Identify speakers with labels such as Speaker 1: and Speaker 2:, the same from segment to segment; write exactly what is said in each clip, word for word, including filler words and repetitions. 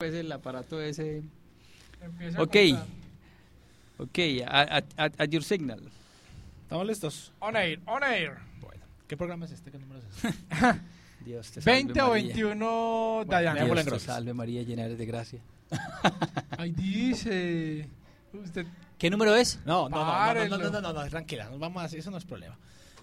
Speaker 1: pues el aparato ese.
Speaker 2: Empieza
Speaker 1: Ok,
Speaker 2: a contar.
Speaker 1: ok, at, at, at your signal.
Speaker 3: ¿Estamos listos?
Speaker 2: On air, on air.
Speaker 3: Bueno. ¿Qué programa es este? ¿Qué número es este?
Speaker 1: Dios te salve,
Speaker 2: veinte o
Speaker 1: María.
Speaker 2: veintiuno, Dayan.
Speaker 3: Bueno,
Speaker 1: Dios te
Speaker 3: Groguis.
Speaker 1: salve María, llena eres de gracia.
Speaker 2: Ahí dice. Usted.
Speaker 1: ¿Qué número es?
Speaker 3: No, no, no, no, no,
Speaker 2: Párenlo.
Speaker 3: no, no, no, no, tranquila, nos vamos así, eso no es problema.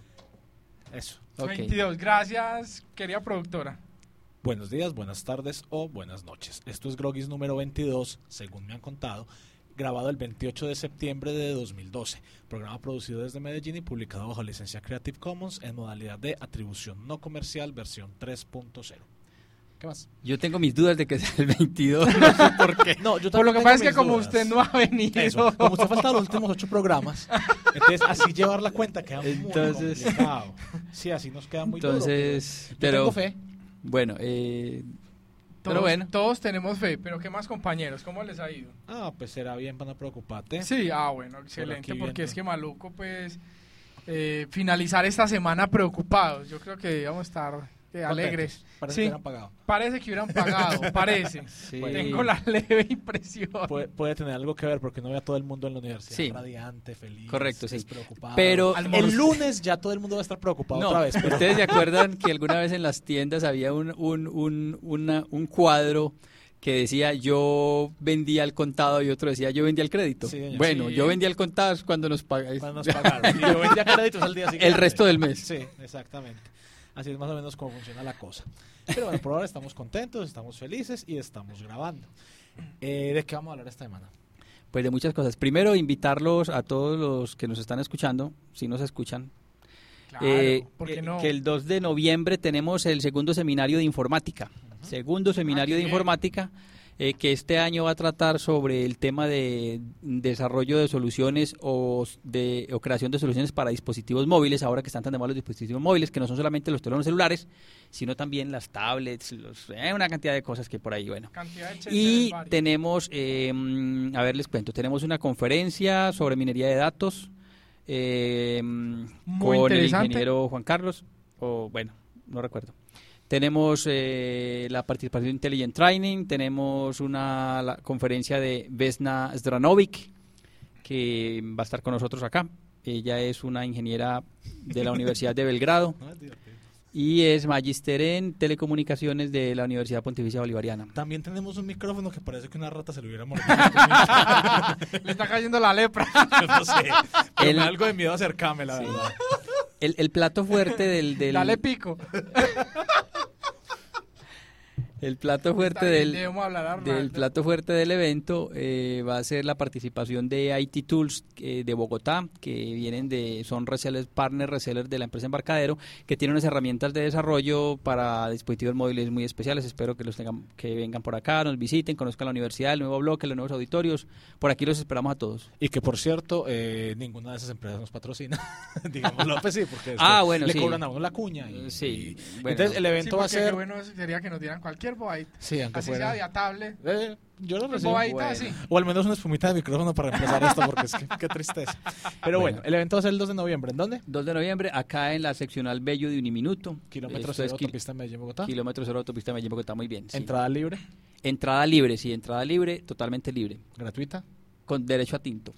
Speaker 3: Eso.
Speaker 1: Ok.
Speaker 2: veintidós. Gracias, querida productora.
Speaker 3: Buenos días, buenas tardes o buenas noches. Esto es Groguis número veintidós, según me han contado, grabado el veintiocho de septiembre de dos mil doce. Programa producido desde Medellín y publicado bajo licencia Creative Commons en modalidad de atribución no comercial versión tres punto cero. ¿Qué más?
Speaker 1: Yo tengo mis dudas de que sea el veintidós, no sé por qué.
Speaker 3: No, yo
Speaker 2: Por lo
Speaker 3: también
Speaker 2: que
Speaker 3: tengo
Speaker 2: pasa es que
Speaker 3: mis
Speaker 2: como
Speaker 3: dudas.
Speaker 2: usted no ha venido.
Speaker 3: Eso, como usted falta los últimos ocho programas, entonces así llevar la cuenta queda muy
Speaker 1: Entonces-
Speaker 3: complicado. Sí, así nos queda muy
Speaker 1: Entonces,
Speaker 3: duro. Yo
Speaker 1: pero
Speaker 3: tengo fe.
Speaker 1: bueno, eh,
Speaker 2: Todos,
Speaker 1: pero bueno.
Speaker 2: todos tenemos fe, pero ¿qué más, compañeros? ¿Cómo les ha ido?
Speaker 3: Ah, pues será bien para no preocuparte.
Speaker 2: Sí, ah, bueno, excelente,
Speaker 3: aquí
Speaker 2: porque
Speaker 3: viendo.
Speaker 2: es que maluco, pues, eh, finalizar esta semana preocupados. Yo creo que debíamos estar eh, alegres.
Speaker 3: Parece
Speaker 2: Sí.
Speaker 3: que hubieran pagado.
Speaker 2: Parece que hubieran pagado, parece.
Speaker 1: sí.
Speaker 2: Tengo la leve impresión.
Speaker 3: Puede, puede tener algo que ver porque no ve a todo el mundo en la universidad
Speaker 1: Sí.
Speaker 3: radiante, feliz,
Speaker 1: Correcto, sí.
Speaker 3: despreocupado.
Speaker 1: Pero
Speaker 3: el lunes ya todo el mundo va a estar preocupado
Speaker 1: No,
Speaker 3: otra vez. Pero
Speaker 1: ¿ustedes se acuerdan que alguna vez en las tiendas había un, un, un, una- un cuadro que decía yo vendía al contado y otro decía yo vendía al crédito?
Speaker 3: Sí, señor.
Speaker 1: Bueno,
Speaker 2: Sí.
Speaker 1: yo vendía al contado es cuando nos pagáis
Speaker 3: cuando nos pagaron. Y yo vendía créditos al día siguiente.
Speaker 1: el resto del mes.
Speaker 3: Sí, exactamente. Así es más o menos como funciona la cosa. Pero bueno, por ahora estamos contentos, estamos felices y estamos grabando. Eh, ¿De qué vamos a hablar esta semana?
Speaker 1: Pues de muchas cosas. Primero, invitarlos a todos los que nos están escuchando, si nos escuchan,
Speaker 2: Claro,
Speaker 1: eh,
Speaker 2: ¿por qué
Speaker 1: eh,
Speaker 2: no?
Speaker 1: que el dos de noviembre tenemos el segundo seminario de informática. Segundo seminario
Speaker 2: Ah,
Speaker 1: de
Speaker 2: qué bien.
Speaker 1: informática, eh, que este año va a tratar sobre el tema de desarrollo de soluciones o, de, o creación de soluciones para dispositivos móviles, ahora que están tan de moda los dispositivos móviles, que no son solamente los teléfonos celulares, sino también las tablets, los, eh, una cantidad de cosas que por ahí, bueno.
Speaker 2: Cantidad de chetes
Speaker 1: Y
Speaker 2: varios.
Speaker 1: tenemos, eh, mm, a ver, les cuento, tenemos una conferencia sobre minería de datos eh,
Speaker 2: Muy
Speaker 1: con el
Speaker 2: interesante.
Speaker 1: ingeniero Juan Carlos, o bueno, no recuerdo. Tenemos eh, la participación de Intelligent Training, tenemos una la conferencia de Vesna Zdranovic, que va a estar con nosotros acá. Ella es una ingeniera de la Universidad de Belgrado y es magíster en telecomunicaciones de la Universidad Pontificia Bolivariana.
Speaker 3: También tenemos un micrófono que parece que una rata se lo hubiera mordido.
Speaker 2: Le está cayendo la lepra.
Speaker 3: Yo no sé. Pero
Speaker 1: El-
Speaker 3: me da algo de miedo acercarme, la verdad.
Speaker 1: El, el plato fuerte del, del
Speaker 2: Dale pico.
Speaker 1: el plato fuerte
Speaker 2: Está bien,
Speaker 1: del,
Speaker 2: debemos hablar, Arnaldo.
Speaker 1: del plato fuerte del evento eh, va a ser la participación de I T Tools eh, de Bogotá, que vienen de son resellers, partner resellers de la empresa Embarcadero, que tienen unas herramientas de desarrollo para dispositivos móviles muy especiales. Espero que los tengan, que vengan por acá, nos visiten, conozcan la universidad, el nuevo bloque, los nuevos auditorios. Por aquí los esperamos a todos.
Speaker 3: Y que por cierto, eh, ninguna de esas empresas nos patrocina. Digámoslo, pues sí, porque
Speaker 1: Ah,
Speaker 3: después
Speaker 1: bueno,
Speaker 3: le
Speaker 1: sí.
Speaker 3: cobran a uno la cuña. Y,
Speaker 1: Sí,
Speaker 3: y-
Speaker 1: bueno.
Speaker 3: entonces el
Speaker 2: Sí,
Speaker 3: evento va a
Speaker 2: porque qué
Speaker 3: ser.
Speaker 2: bueno sería que nos dieran cualquier bobadita.
Speaker 3: Sí, aunque
Speaker 2: Así
Speaker 3: fuera.
Speaker 2: sea de atable.
Speaker 3: Eh, yo lo recibo.
Speaker 2: Bobadita
Speaker 1: Bueno.
Speaker 2: así.
Speaker 3: O al menos una espumita de micrófono para empezar esto, porque es que qué tristeza. Pero bueno,
Speaker 1: Bueno.
Speaker 3: el evento va a ser el dos de noviembre. ¿En dónde?
Speaker 1: dos de noviembre, acá en la seccional Bello de Uniminuto.
Speaker 3: Kilómetro
Speaker 1: Esto es
Speaker 3: cero,
Speaker 1: kil-
Speaker 3: autopista Medellín, Bogotá.
Speaker 1: Kilómetro cero, autopista Medellín, Bogotá, muy bien. sí.
Speaker 3: Entrada libre,
Speaker 1: Entrada libre, sí, entrada libre, totalmente libre,
Speaker 3: gratuita.
Speaker 1: con derecho a tinto.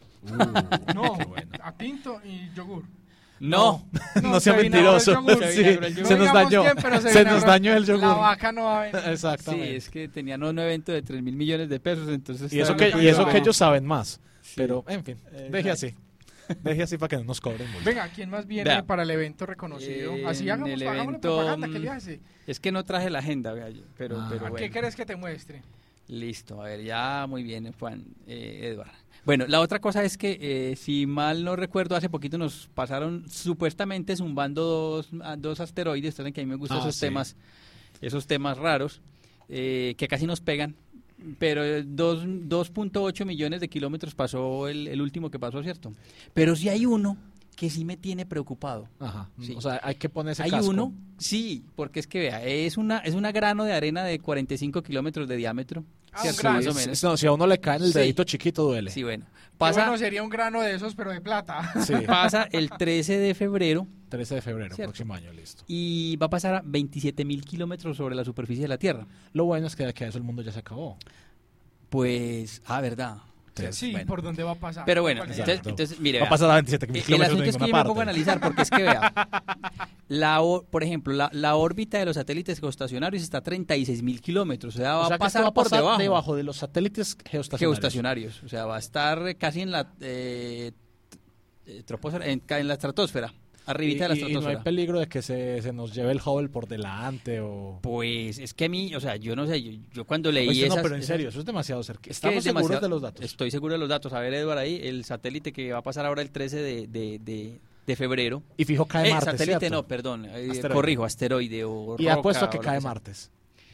Speaker 2: No,
Speaker 3: Qué bueno.
Speaker 2: a tinto y yogur.
Speaker 1: No,
Speaker 3: No, sea
Speaker 2: se vinagró el
Speaker 3: mentiroso.
Speaker 2: yogur.
Speaker 3: Sí,
Speaker 1: vinagró el yogur.
Speaker 3: se
Speaker 2: No
Speaker 3: nos
Speaker 2: digamos
Speaker 3: dañó.
Speaker 2: quién, pero
Speaker 3: se
Speaker 2: vinagró.
Speaker 3: nos dañó el yogur.
Speaker 2: La vaca no va a venir.
Speaker 1: sí,
Speaker 3: Exactamente.
Speaker 1: es que tenían un evento de tres mil millones de pesos, entonces...
Speaker 3: y eso
Speaker 1: estaban
Speaker 3: que, y eso que
Speaker 1: privado.
Speaker 3: ellos saben más.
Speaker 1: Sí.
Speaker 3: Pero, en fin, deje así. Deje así para que no nos cobren mucho.
Speaker 2: Venga, ¿quién más viene
Speaker 1: Vea.
Speaker 2: para el evento reconocido?
Speaker 1: Eh,
Speaker 2: Así
Speaker 1: en
Speaker 2: hagamos,
Speaker 1: el
Speaker 2: hagámosle
Speaker 1: evento,
Speaker 2: propaganda, ¿qué le hace?
Speaker 1: Es que no traje la agenda, vea, yo, pero,
Speaker 3: Ah.
Speaker 1: pero
Speaker 2: ¿A
Speaker 1: bueno.
Speaker 2: qué quieres que te muestre?
Speaker 1: Listo, a ver, ya muy bien, Juan, eh, Edward. Bueno, la otra cosa es que, eh, si mal no recuerdo, hace poquito nos pasaron supuestamente zumbando dos, a dos asteroides, saben que a mí me gustan
Speaker 3: Ah,
Speaker 1: esos
Speaker 3: sí.
Speaker 1: temas, esos temas raros, eh, que casi nos pegan, pero eh, dos- dos punto ocho millones de kilómetros pasó el, el último que pasó, ¿cierto? Pero sí hay uno que sí me tiene preocupado.
Speaker 3: Ajá.
Speaker 1: Sí.
Speaker 3: O sea, hay que ponerse
Speaker 1: Hay
Speaker 3: casco.
Speaker 1: uno, sí, porque es que vea, es una es una grano de arena de cuarenta y cinco kilómetros de diámetro,
Speaker 2: Ah,
Speaker 1: ¿cierto?
Speaker 2: un grano.
Speaker 1: Más o
Speaker 3: Sí,
Speaker 1: menos.
Speaker 3: sí, no, si a uno le cae en el
Speaker 1: Sí.
Speaker 3: dedito chiquito, duele.
Speaker 1: Sí, bueno.
Speaker 2: Pasa,
Speaker 1: Pasa,
Speaker 2: bueno, sería un grano de esos, pero de plata.
Speaker 3: Sí.
Speaker 1: pasa el trece de febrero
Speaker 3: trece de febrero,
Speaker 1: Cierto.
Speaker 3: próximo año, listo.
Speaker 1: y va a pasar a veintisiete mil kilómetros sobre la superficie de la Tierra.
Speaker 3: Lo bueno es que de aquí a eso el mundo ya se acabó.
Speaker 1: Pues, ah, verdad.
Speaker 2: Sí, sí,
Speaker 1: bueno.
Speaker 2: por dónde va a pasar.
Speaker 1: Pero bueno,
Speaker 2: Exacto.
Speaker 1: entonces, entonces mire,
Speaker 3: Va a
Speaker 1: vea,
Speaker 3: pasar a veintisiete mil
Speaker 1: el
Speaker 3: kilómetros
Speaker 1: asunto
Speaker 3: de
Speaker 1: es que
Speaker 3: ninguna
Speaker 1: yo me pongo a
Speaker 3: parte.
Speaker 1: analizar, porque es que vea, la, or- por ejemplo, la, la órbita de los satélites geoestacionarios está a treinta y seis mil kilómetros, o sea, va
Speaker 3: O sea
Speaker 1: a
Speaker 3: que esto
Speaker 1: pasar
Speaker 3: va a
Speaker 1: por
Speaker 3: pasar
Speaker 1: debajo,
Speaker 3: debajo de los satélites geoestacionarios.
Speaker 1: geoestacionarios, o sea, va a estar casi en la eh, eh, troposfera, en, en la estratosfera, arribita de la
Speaker 3: Y, y no
Speaker 1: estratosfera.
Speaker 3: hay peligro de que se, se nos lleve el Hubble por delante o...
Speaker 1: Pues es que a mí, o sea, yo no sé, yo, yo cuando leí
Speaker 3: Oíste,
Speaker 1: esas...
Speaker 3: no, pero en
Speaker 1: esas-
Speaker 3: serio, eso es demasiado cerca.
Speaker 1: es que
Speaker 3: Estamos
Speaker 1: es
Speaker 3: seguros
Speaker 1: demasiado-
Speaker 3: de los datos.
Speaker 1: Estoy seguro de los datos. A ver, Eduardo, ahí, el satélite que va a pasar ahora el trece de, de, de, de febrero.
Speaker 3: Y fijo, cae
Speaker 1: Eh,
Speaker 3: martes,
Speaker 1: satélite
Speaker 3: ¿cierto?
Speaker 1: no, perdón, eh,
Speaker 3: Asteroide.
Speaker 1: corrijo, asteroide o
Speaker 3: Y
Speaker 1: roca
Speaker 3: apuesto a
Speaker 1: o
Speaker 3: que
Speaker 1: lo
Speaker 3: cae
Speaker 1: sea.
Speaker 3: martes.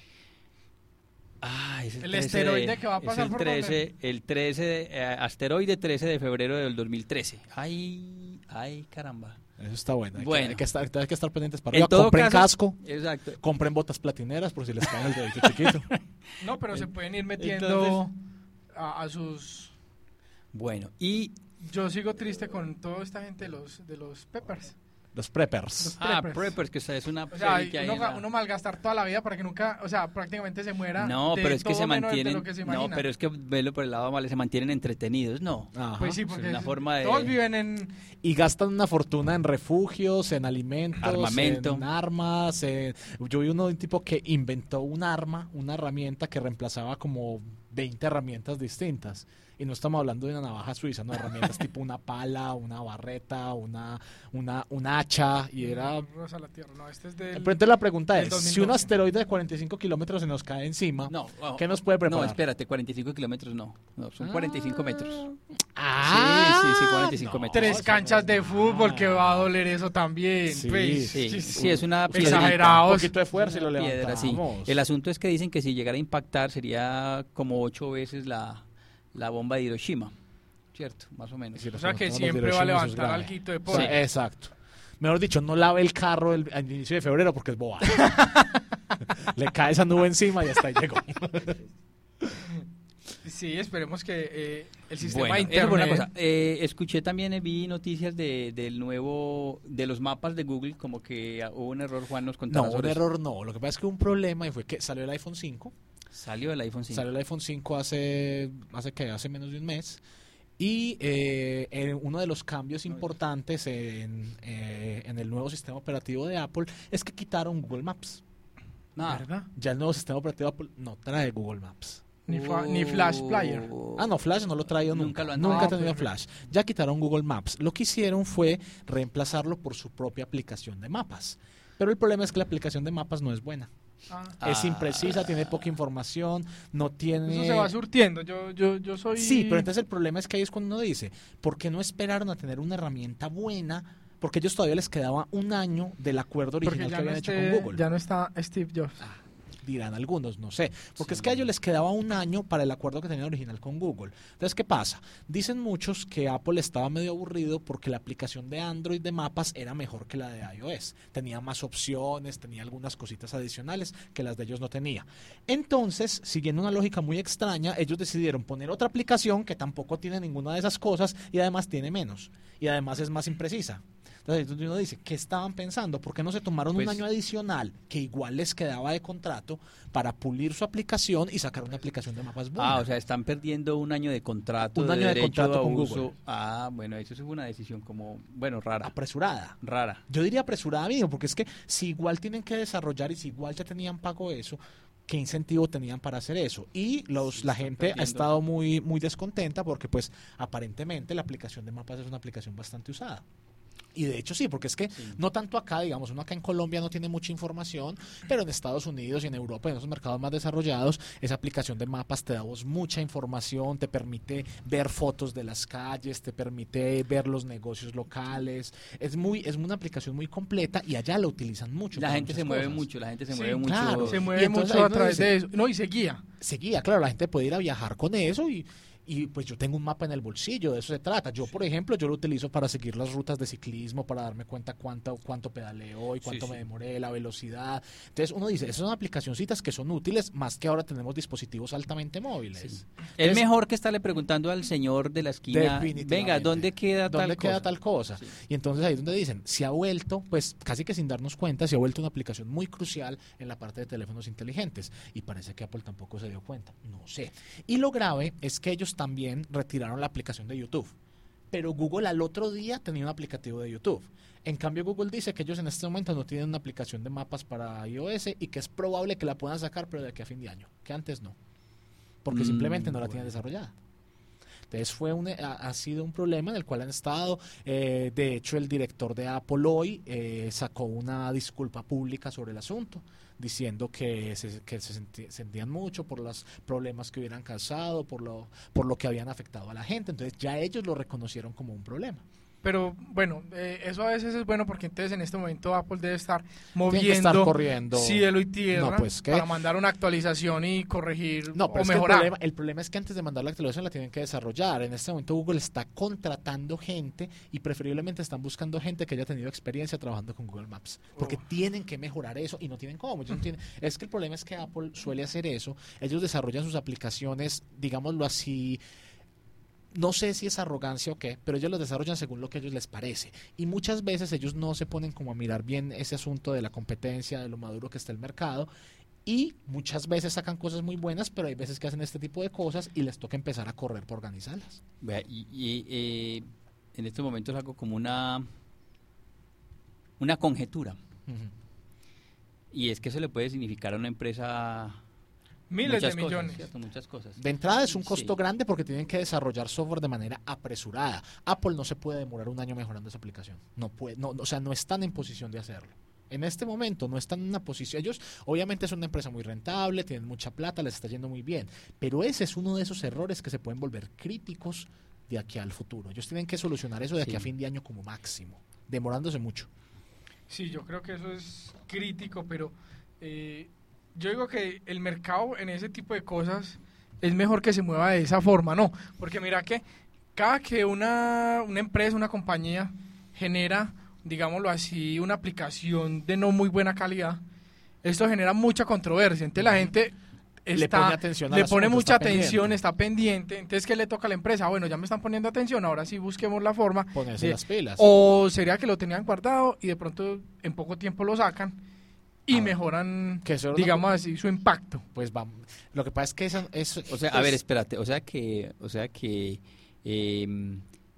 Speaker 1: Ah, es el,
Speaker 2: El
Speaker 1: trece
Speaker 2: esteroide
Speaker 1: de-
Speaker 2: que va a
Speaker 1: es
Speaker 2: pasar
Speaker 1: el
Speaker 2: por
Speaker 1: trece, el trece, de- eh, asteroide trece de febrero del dos mil trece. Ay, ay, caramba.
Speaker 3: Eso está bueno. Hay,
Speaker 1: Bueno.
Speaker 3: Que, hay, que estar, hay que estar pendientes para
Speaker 1: En
Speaker 3: arriba.
Speaker 1: todo
Speaker 3: Compren
Speaker 1: caso-
Speaker 3: casco,
Speaker 1: Exacto.
Speaker 3: compren botas platineras por si les cae el dedito chiquito.
Speaker 2: No, pero se pueden ir metiendo
Speaker 1: Entonces-
Speaker 2: a, a sus...
Speaker 1: Bueno, y
Speaker 2: Yo sigo triste con toda esta gente de los, de los Peppers.
Speaker 3: Los preppers.
Speaker 2: Los
Speaker 1: ah,
Speaker 2: preppers.
Speaker 1: Preppers, que esa es una
Speaker 2: O sea,
Speaker 1: serie que hay
Speaker 2: uno,
Speaker 1: en
Speaker 2: ga-
Speaker 1: la-
Speaker 2: uno malgastar toda la vida para que nunca, o sea, prácticamente se muera.
Speaker 1: No,
Speaker 2: de
Speaker 1: pero es que
Speaker 2: todo
Speaker 1: se
Speaker 2: menos de
Speaker 1: mantienen,
Speaker 2: lo que se
Speaker 1: no,
Speaker 2: imagina.
Speaker 1: pero es que velo por el lado malo, se mantienen entretenidos, no.
Speaker 3: Ajá.
Speaker 2: Pues sí,
Speaker 1: es
Speaker 2: porque
Speaker 1: una forma de-
Speaker 2: todos viven en...
Speaker 3: Y gastan una fortuna en refugios, en alimentos,
Speaker 1: Armamento.
Speaker 3: en armas. en- Yo vi uno de un tipo que inventó un arma, una herramienta que reemplazaba como veinte herramientas distintas. Y no estamos hablando de una navaja suiza, no, herramientas tipo una pala, una barreta, una, una, un hacha. Y era...
Speaker 2: Rosa a la Tierra. No, este es del...
Speaker 3: Pero entonces la pregunta
Speaker 2: del
Speaker 3: es,
Speaker 2: dos mil
Speaker 3: si un
Speaker 2: doce.
Speaker 3: asteroide de cuarenta y cinco kilómetros se nos cae encima,
Speaker 1: No, oh,
Speaker 3: ¿qué nos puede preparar?
Speaker 1: No, espérate, cuarenta y cinco kilómetros no, no, son cuarenta y cinco metros.
Speaker 3: Ah,
Speaker 1: Sí, sí, sí, cuarenta y cinco
Speaker 3: no,
Speaker 1: metros.
Speaker 2: Tres
Speaker 3: esa
Speaker 2: canchas de
Speaker 3: no-
Speaker 2: fútbol,
Speaker 3: Ah.
Speaker 2: que va a doler eso también.
Speaker 3: Sí,
Speaker 2: pues.
Speaker 1: Sí, sí, es una
Speaker 2: Exagerado.
Speaker 1: piedrita.
Speaker 3: Un
Speaker 2: Exagerados.
Speaker 3: poquito de fuerza y lo
Speaker 1: Una piedra, sí.
Speaker 3: levantamos.
Speaker 1: El asunto es que dicen que si llegara a impactar sería como ocho veces la, la bomba de Hiroshima, ¿cierto? Más o menos.
Speaker 3: Sí,
Speaker 2: O sea que
Speaker 3: Los
Speaker 2: siempre
Speaker 3: Hiroshima,
Speaker 2: va a
Speaker 3: eso es
Speaker 2: levantar
Speaker 3: grave.
Speaker 2: alguito de
Speaker 3: Sí,
Speaker 2: polvo.
Speaker 3: exacto. Mejor dicho, no lave el carro el, al inicio de febrero porque es boba. Le cae esa nube encima y hasta ahí llegó.
Speaker 2: Sí, esperemos que eh, el sistema
Speaker 1: Bueno,
Speaker 2: de
Speaker 1: eso por una
Speaker 2: internet...
Speaker 1: cosa. Eh, escuché también, eh, vi noticias de, del nuevo, de los mapas de Google, como que ah, hubo un error, Juan nos contaba
Speaker 3: No, un
Speaker 1: sobre eso.
Speaker 3: error no. Lo que pasa es que hubo un problema y fue que salió el iPhone cinco.
Speaker 1: Salió el iPhone cinco.
Speaker 3: Salió el iPhone cinco hace, hace, ¿qué? Hace menos de un mes. Y eh, eh, uno de los cambios importantes en, eh, en el nuevo sistema operativo de Apple es que quitaron Google Maps.
Speaker 1: Ah.
Speaker 2: ¿Verdad?
Speaker 3: Ya el nuevo sistema operativo de Apple no trae Google Maps.
Speaker 2: Ni, fa- ni Flash Player.
Speaker 3: Ah, no, Flash no lo he traído nunca.
Speaker 1: Nunca lo han
Speaker 3: Nunca he
Speaker 2: traído.
Speaker 3: tenido
Speaker 2: Ah,
Speaker 3: Flash. Ya quitaron Google Maps. Lo que hicieron fue reemplazarlo por su propia aplicación de mapas. Pero el problema es que la aplicación de mapas no es buena.
Speaker 2: Ah,
Speaker 3: Es
Speaker 1: Ah.
Speaker 3: imprecisa, tiene poca información, no tiene...
Speaker 2: eso se va surtiendo. Yo, yo, yo soy...
Speaker 3: Sí, pero entonces el problema es que ahí es cuando uno dice, ¿por qué no esperaron a tener una herramienta buena? Porque a ellos todavía les quedaba un año del acuerdo
Speaker 2: Porque
Speaker 3: original
Speaker 2: ya
Speaker 3: que
Speaker 2: no,
Speaker 3: habían hecho
Speaker 2: esté-
Speaker 3: con Google.
Speaker 2: ya no está Steve Jobs.
Speaker 3: Dirán algunos, no sé. Porque
Speaker 1: Sí.
Speaker 3: es que a ellos les quedaba un año para el acuerdo que tenían original con Google. Entonces, ¿qué pasa? Dicen muchos que Apple estaba medio aburrido porque la aplicación de Android de mapas era mejor que la de iOS. Tenía más opciones, tenía algunas cositas adicionales que las de ellos no tenía. Entonces, siguiendo una lógica muy extraña, ellos decidieron poner otra aplicación que tampoco tiene ninguna de esas cosas y además tiene menos. Y además es más imprecisa. Entonces uno dice, ¿qué estaban pensando? ¿Por qué no se tomaron
Speaker 1: Pues-
Speaker 3: un año adicional que igual les quedaba de contrato para pulir su aplicación y sacar una aplicación de mapas buena?
Speaker 1: Ah, o sea, están perdiendo un año de contrato,
Speaker 3: Un año de
Speaker 1: derecho
Speaker 3: contrato
Speaker 1: a
Speaker 3: con
Speaker 1: uso.
Speaker 3: Google.
Speaker 1: Ah, bueno, eso es una decisión como, bueno, rara,
Speaker 3: Apresurada.
Speaker 1: rara.
Speaker 3: Yo diría apresurada, amigo, porque es que si igual tienen que desarrollar y si igual ya tenían pago eso, ¿qué incentivo tenían para hacer eso? Y los
Speaker 1: Sí,
Speaker 3: la
Speaker 1: están
Speaker 3: gente ha
Speaker 1: perdiendo.
Speaker 3: estado muy, muy descontenta porque pues aparentemente la aplicación de mapas es una aplicación bastante usada. Y de hecho sí, porque es que
Speaker 1: Sí.
Speaker 3: no tanto acá, digamos, uno acá en Colombia no tiene mucha información, pero en Estados Unidos y en Europa, en esos mercados más desarrollados, esa aplicación de mapas te da vos mucha información, te permite ver fotos de las calles, te permite ver los negocios locales. Es muy, es una aplicación muy completa y allá la utilizan mucho.
Speaker 1: La
Speaker 3: para
Speaker 1: gente
Speaker 3: muchas
Speaker 1: se mueve
Speaker 3: cosas.
Speaker 1: mucho, la gente se
Speaker 2: Sí,
Speaker 1: mueve mucho.
Speaker 3: claro.
Speaker 2: Se
Speaker 3: Y
Speaker 2: mueve
Speaker 3: entonces
Speaker 2: mucho
Speaker 3: ahí
Speaker 2: a
Speaker 3: uno
Speaker 2: través
Speaker 3: dice-
Speaker 2: de eso. No, y se guía.
Speaker 3: Seguía, claro, la gente puede ir a viajar con eso y, y pues yo tengo un mapa en el bolsillo, de eso se trata. Yo, por ejemplo, yo lo utilizo para seguir las rutas de ciclismo, para darme cuenta cuánto, cuánto pedaleo y cuánto
Speaker 1: Sí,
Speaker 3: me
Speaker 1: sí.
Speaker 3: demoré, la velocidad. Entonces uno dice, esas son aplicacioncitas que son útiles, más que ahora tenemos dispositivos altamente móviles.
Speaker 1: Sí. Es
Speaker 3: Entonces,
Speaker 1: mejor que estarle preguntando al señor de la esquina,
Speaker 3: Definitivamente.
Speaker 1: venga, ¿dónde queda
Speaker 3: ¿Dónde
Speaker 1: tal
Speaker 3: queda
Speaker 1: cosa?
Speaker 3: tal cosa?
Speaker 1: Sí.
Speaker 3: Y entonces ahí es donde dicen, se ha vuelto, pues casi que sin darnos cuenta, se ha vuelto una aplicación muy crucial en la parte de teléfonos inteligentes. Y parece que Apple tampoco se dio cuenta. No sé. Y lo grave es que ellos también retiraron la aplicación de YouTube. Pero Google al otro día tenía un aplicativo de YouTube. En cambio, Google dice que ellos en este momento no tienen una aplicación de mapas para iOS y que es probable que la puedan sacar, pero de aquí a fin de año. Que antes no. Porque
Speaker 1: Mm,
Speaker 3: simplemente no la
Speaker 1: bueno.
Speaker 3: tienen desarrollada. Entonces fue un, ha, ha sido un problema en el cual han estado. Eh, de hecho, el director de Apple hoy eh, sacó una disculpa pública sobre el asunto, diciendo que se, que se senti- sentían mucho por los problemas que hubieran causado, por lo, por lo que habían afectado a la gente. Entonces ya ellos lo reconocieron como un problema.
Speaker 2: Pero bueno, eh, eso a veces es bueno porque entonces en este momento Apple debe estar
Speaker 3: Tienen
Speaker 2: moviendo
Speaker 3: que estar corriendo.
Speaker 2: cielo y tierra
Speaker 3: No, pues, ¿qué?
Speaker 2: para mandar una actualización y corregir
Speaker 3: No, pero
Speaker 2: o
Speaker 3: es que el
Speaker 2: mejorar.
Speaker 3: problema, el problema es que antes de mandar la actualización la tienen que desarrollar. En este momento Google está contratando gente y preferiblemente están buscando gente que haya tenido experiencia trabajando con Google Maps. Porque
Speaker 2: Oh.
Speaker 3: tienen que mejorar eso y no tienen cómo. Ellos no tienen- es que el problema es que Apple suele hacer eso. Ellos desarrollan sus aplicaciones, digámoslo así. No sé si es arrogancia o qué, pero ellos los desarrollan según lo que a ellos les parece. Y muchas veces ellos no se ponen como a mirar bien ese asunto de la competencia, de lo maduro que está el mercado. Y muchas veces sacan cosas muy buenas, pero hay veces que hacen este tipo de cosas y les toca empezar a correr por organizarlas.
Speaker 1: Vea, y, y, eh, en estos momentos hago como una, una conjetura.
Speaker 3: Ujú.
Speaker 1: Y es que eso le puede significar a una empresa
Speaker 2: Miles de
Speaker 1: muchas cosas,
Speaker 2: millones.
Speaker 1: ¿cierto? Muchas cosas.
Speaker 3: De entrada es un costo
Speaker 1: Sí.
Speaker 3: grande porque tienen que desarrollar software de manera apresurada. Apple no se puede demorar un año mejorando esa aplicación. No puede, no, no, o sea, no están en posición de hacerlo. En este momento no están en una posición. Ellos, obviamente, es una empresa muy rentable, tienen mucha plata, les está yendo muy bien. Pero ese es uno de esos errores que se pueden volver críticos de aquí al futuro. Ellos tienen que solucionar eso de aquí
Speaker 1: Sí.
Speaker 3: a fin de año como máximo, demorándose mucho.
Speaker 2: Sí, yo creo que eso es crítico, pero eh, yo digo que el mercado en ese tipo de cosas es mejor que se mueva de esa forma, ¿no? Porque mira que cada que una, una empresa, una compañía genera, digámoslo así, una aplicación de no muy buena calidad, esto genera mucha controversia. Entonces la gente
Speaker 3: Le
Speaker 2: está,
Speaker 3: pone atención al
Speaker 2: le pone
Speaker 3: asunto,
Speaker 2: mucha
Speaker 3: está
Speaker 2: atención,
Speaker 3: pendiente.
Speaker 2: está pendiente. Entonces, ¿qué le toca a la empresa? Bueno, ya me están poniendo atención, ahora sí busquemos la forma.
Speaker 3: Ponerse
Speaker 2: de-
Speaker 3: las pilas.
Speaker 2: O sería que lo tenían guardado y de pronto en poco tiempo lo sacan y
Speaker 3: Ah,
Speaker 2: mejoran,
Speaker 3: que eso era una
Speaker 2: digamos
Speaker 3: co-
Speaker 2: así, su impacto.
Speaker 3: Pues vamos. Lo que pasa es que esa, es,
Speaker 1: O sea, a
Speaker 3: pues,
Speaker 1: ver, espérate, o sea que, o sea que eh,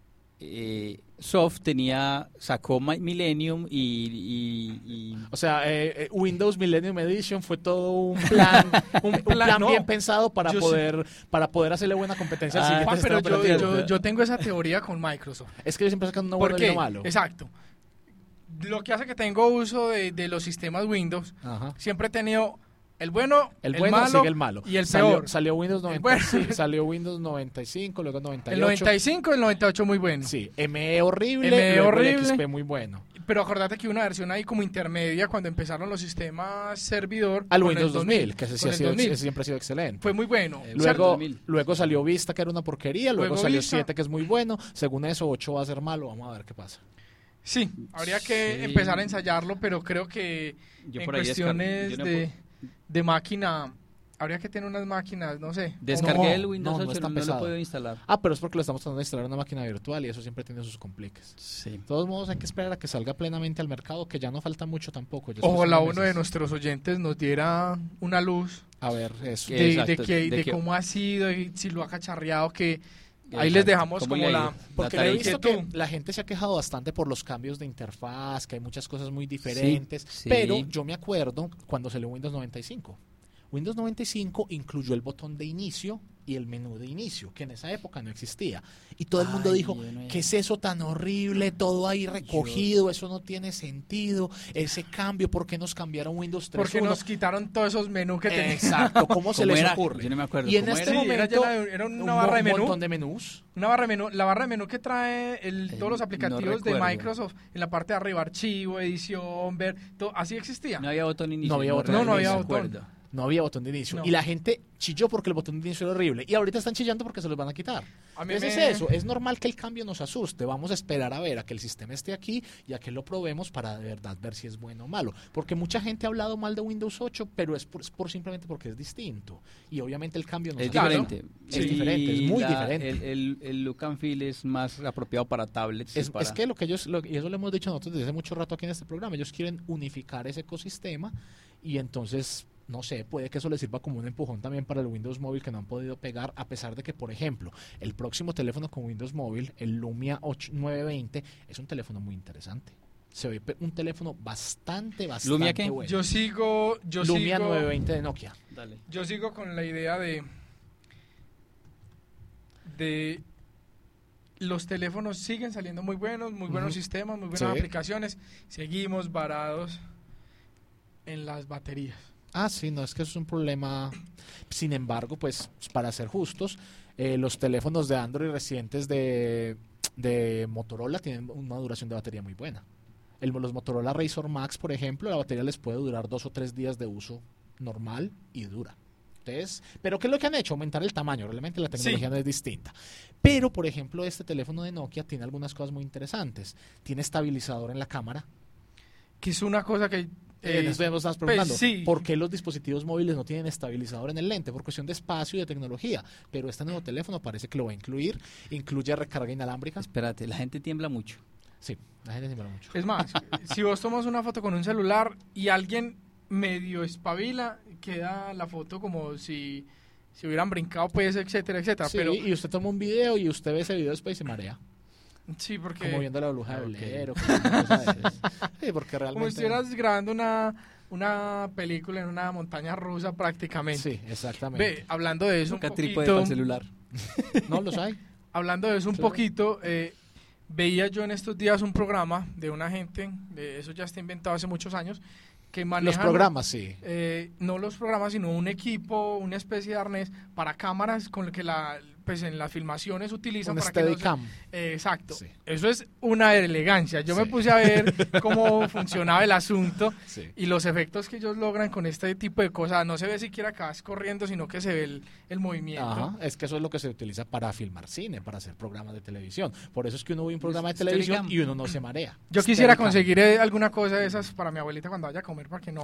Speaker 1: eh, Soft tenía, sacó Mi- Millennium y, y- y-
Speaker 3: O sea, eh, eh, Windows Millennium Edition fue todo un plan, un, un
Speaker 2: plan,
Speaker 3: plan
Speaker 2: no.
Speaker 3: bien pensado para
Speaker 2: Yo
Speaker 3: poder para poder hacerle buena competencia al
Speaker 1: Ah,
Speaker 3: siguiente
Speaker 2: Juan, pero
Speaker 3: sistema
Speaker 2: yo,
Speaker 3: operativo.
Speaker 2: yo, yo tengo esa teoría con Microsoft.
Speaker 3: Es que ellos siempre sacan uno
Speaker 2: ¿Por
Speaker 3: bueno y
Speaker 2: qué?
Speaker 3: uno malo.
Speaker 2: Exacto. Lo que hace que tengo uso de, de los sistemas Windows,
Speaker 3: Ajá.
Speaker 2: siempre he tenido el bueno,
Speaker 3: El
Speaker 2: el,
Speaker 3: bueno
Speaker 2: malo
Speaker 3: sigue el malo.
Speaker 2: y el
Speaker 3: salió,
Speaker 2: peor.
Speaker 3: Salió Windows noventa,
Speaker 2: bueno.
Speaker 3: sí, salió Windows noventa y cinco, luego noventa y ocho.
Speaker 2: El noventa y cinco y el noventa y ocho muy bueno.
Speaker 3: Sí, M E horrible,
Speaker 2: M E
Speaker 3: luego el
Speaker 2: horrible.
Speaker 3: X P muy bueno.
Speaker 2: Pero acordate que hubo una versión ahí como intermedia cuando empezaron los sistemas servidor.
Speaker 3: Al
Speaker 2: con el
Speaker 3: Windows dos mil, que ese sí
Speaker 2: con
Speaker 3: ha
Speaker 2: el
Speaker 3: sido,
Speaker 2: dos mil.
Speaker 3: ese siempre ha sido excelente.
Speaker 2: Fue muy bueno.
Speaker 1: Eh,
Speaker 2: ¿cierto?
Speaker 3: Luego,
Speaker 1: dos mil.
Speaker 3: luego salió Vista, que era una porquería, luego,
Speaker 2: Luego
Speaker 3: salió
Speaker 2: Vista.
Speaker 3: siete, que es muy bueno. Según eso, ocho va a ser malo, vamos a ver qué pasa.
Speaker 2: Sí, habría que
Speaker 1: Sí.
Speaker 2: empezar a ensayarlo, pero creo que
Speaker 1: yo
Speaker 2: en
Speaker 1: por ahí descar-
Speaker 2: cuestiones
Speaker 1: yo no
Speaker 2: de,
Speaker 1: pu-
Speaker 2: de máquina, habría que tener unas máquinas, no sé.
Speaker 1: descargué
Speaker 3: No,
Speaker 1: el Windows
Speaker 3: no, no
Speaker 1: ocho,
Speaker 3: es
Speaker 1: no,
Speaker 3: tan
Speaker 1: no lo
Speaker 3: pesado.
Speaker 1: puedo instalar.
Speaker 3: Ah, pero es porque lo estamos tratando de instalar en una máquina virtual y eso siempre tiene sus compliques.
Speaker 1: Sí.
Speaker 3: De todos modos, hay que esperar a que salga plenamente al mercado, que ya no falta mucho tampoco. ya es
Speaker 2: Ojalá
Speaker 3: cuestión
Speaker 2: uno de
Speaker 3: meses.
Speaker 2: nuestros oyentes nos diera una luz
Speaker 3: A ver, eso.
Speaker 1: ¿Qué?
Speaker 2: de, de
Speaker 1: Exacto,
Speaker 2: que-
Speaker 1: de
Speaker 2: de
Speaker 1: que-
Speaker 2: cómo ha sido y si lo ha cacharreado, que ahí
Speaker 1: Exacto.
Speaker 2: les dejamos
Speaker 1: ¿Cómo
Speaker 2: como
Speaker 1: le ha
Speaker 2: la...
Speaker 1: ido?
Speaker 3: Porque
Speaker 1: La
Speaker 3: he
Speaker 1: tarea.
Speaker 3: visto
Speaker 2: inquietud.
Speaker 3: que la gente se ha quejado bastante por los cambios de interfaz, que hay muchas cosas muy diferentes.
Speaker 1: sí.
Speaker 3: Pero yo me acuerdo cuando salió Windows noventa y cinco. Windows noventa y cinco incluyó el botón de inicio y el menú de inicio, que en esa época no existía. Y todo el mundo
Speaker 1: Ay,
Speaker 3: dijo,
Speaker 1: yo no-
Speaker 3: ¿qué es eso tan horrible? Todo ahí recogido, eso no tiene sentido. Ese cambio, ¿por qué nos cambiaron Windows tres punto
Speaker 2: Porque
Speaker 3: uno?
Speaker 2: nos quitaron todos esos menús que teníamos.
Speaker 3: Exacto, ¿cómo se
Speaker 1: ¿Cómo
Speaker 3: les
Speaker 1: era?
Speaker 3: ocurre?
Speaker 1: Yo no me acuerdo.
Speaker 3: Y en
Speaker 1: ¿Cómo
Speaker 3: este
Speaker 1: era?
Speaker 2: Sí, era
Speaker 3: momento,
Speaker 2: llena de- era una
Speaker 3: un
Speaker 2: barra de
Speaker 3: mo-
Speaker 2: menú.
Speaker 3: montón de menús.
Speaker 2: Una barra de menú, la barra de menú que trae el,
Speaker 1: Eh,
Speaker 2: todos los
Speaker 1: no
Speaker 2: aplicativos de
Speaker 1: recuerdo.
Speaker 2: Microsoft en la parte de arriba, archivo, edición, ver, todo, así existía.
Speaker 1: No había botón inicio.
Speaker 3: No había botón.
Speaker 2: No, no había
Speaker 1: me
Speaker 2: botón.
Speaker 1: acuerdo.
Speaker 3: No había botón de inicio.
Speaker 2: No.
Speaker 3: Y la gente chilló porque el botón de inicio era horrible. Y ahorita están chillando porque se los van a quitar.
Speaker 2: A mí
Speaker 3: Entonces
Speaker 2: me-
Speaker 3: es eso. Es normal que el cambio nos asuste. Vamos a esperar a ver a que el sistema esté aquí y a que lo probemos para de verdad ver si es bueno o malo. Porque mucha gente ha hablado mal de Windows ocho, pero es por, es por simplemente porque es distinto. Y obviamente el cambio nos
Speaker 1: Es
Speaker 3: asusta.
Speaker 2: Claro.
Speaker 1: diferente.
Speaker 3: Es diferente, es muy diferente.
Speaker 1: El, el, el look and feel es más apropiado para tablets.
Speaker 3: Es,
Speaker 1: para-
Speaker 3: es que lo que ellos, lo- y eso lo hemos dicho nosotros desde hace mucho rato aquí en este programa, ellos quieren unificar ese ecosistema y entonces, no sé, puede que eso les sirva como un empujón también para el Windows Móvil que no han podido pegar, a pesar de que, por ejemplo, el próximo teléfono con Windows Móvil, el Lumia ocho nueve veinte, es un teléfono muy interesante. Se ve pe- un teléfono bastante, bastante
Speaker 1: ¿Lumia qué?
Speaker 3: bueno.
Speaker 2: Yo sigo, yo
Speaker 3: Lumia
Speaker 2: sigo,
Speaker 3: nueve veinte de Nokia.
Speaker 1: Dale.
Speaker 2: yo sigo con la idea de, de los teléfonos siguen saliendo muy buenos, muy buenos
Speaker 3: Ujú.
Speaker 2: sistemas, muy buenas
Speaker 3: Sí.
Speaker 2: aplicaciones. Seguimos varados en las baterías.
Speaker 3: Ah, sí, no, es que eso es un problema. Sin embargo, pues, para ser justos, eh, los teléfonos de Android recientes de, de Motorola tienen una duración de batería muy buena. El, los Motorola Razr Max, por ejemplo, la batería les puede durar dos o tres días de uso normal y dura. Entonces, pero ¿qué es lo que han hecho? Aumentar el tamaño. Realmente la tecnología
Speaker 2: Sí.
Speaker 3: no es distinta. Pero, por ejemplo, este teléfono de Nokia tiene algunas cosas muy interesantes. Tiene estabilizador en la cámara.
Speaker 2: Que es una cosa que...
Speaker 3: Eh,
Speaker 2: eh,
Speaker 3: nos estamos preguntando,
Speaker 2: sí.
Speaker 3: ¿por qué los dispositivos móviles no tienen estabilizador en el lente? Por cuestión de espacio y de tecnología. Pero este nuevo teléfono parece que lo va a incluir. Incluye recarga inalámbrica.
Speaker 1: Espérate, la gente tiembla mucho.
Speaker 3: Sí, la gente siempre mucho.
Speaker 2: Es más, si vos tomas una foto con un celular y alguien medio espabila, queda la foto como si, si hubieran brincado, pues, etcétera, etcétera.
Speaker 3: Sí,
Speaker 2: Pero
Speaker 3: y usted toma un video y usted ve ese video después y se marea.
Speaker 2: sí, porque
Speaker 3: Como viendo la bruja
Speaker 1: Ah,
Speaker 3: de
Speaker 1: ok.
Speaker 3: Blair o como una cosa de esas. Sí, porque realmente...
Speaker 2: como si estuvieras grabando una, una película en una montaña rusa prácticamente.
Speaker 3: Sí, exactamente.
Speaker 2: Ve, hablando de eso un
Speaker 1: Nunca trípode
Speaker 2: poquito,
Speaker 1: para el celular.
Speaker 3: ¿No los hay?
Speaker 2: hablando de eso un
Speaker 3: Sí.
Speaker 2: poquito, eh, veía yo en estos días un programa de una gente, de eso ya está inventado hace muchos años, que
Speaker 3: Los
Speaker 2: manejan
Speaker 3: programas, sí.
Speaker 2: eh, no los programas, sino un equipo, una especie de arnés para cámaras con el que la, pues en las filmaciones utilizan
Speaker 3: Un
Speaker 2: para que no se-
Speaker 3: Steadicam.
Speaker 2: eh, exacto.
Speaker 3: Sí.
Speaker 2: Eso es una elegancia. Yo me
Speaker 3: Sí.
Speaker 2: puse a ver cómo funcionaba el asunto
Speaker 3: Sí.
Speaker 2: y los efectos que ellos logran con este tipo de cosas. No se ve siquiera que vas corriendo, sino que se ve el, el movimiento.
Speaker 3: Ajá, es que eso es lo que se utiliza para filmar cine, para hacer programas de televisión. Por eso es que uno ve un programa de
Speaker 1: Steadicam.
Speaker 3: televisión y uno no se marea.
Speaker 2: Yo quisiera
Speaker 3: Steadicam.
Speaker 2: conseguir eh, alguna cosa de esas para mi abuelita cuando vaya a comer, para que no...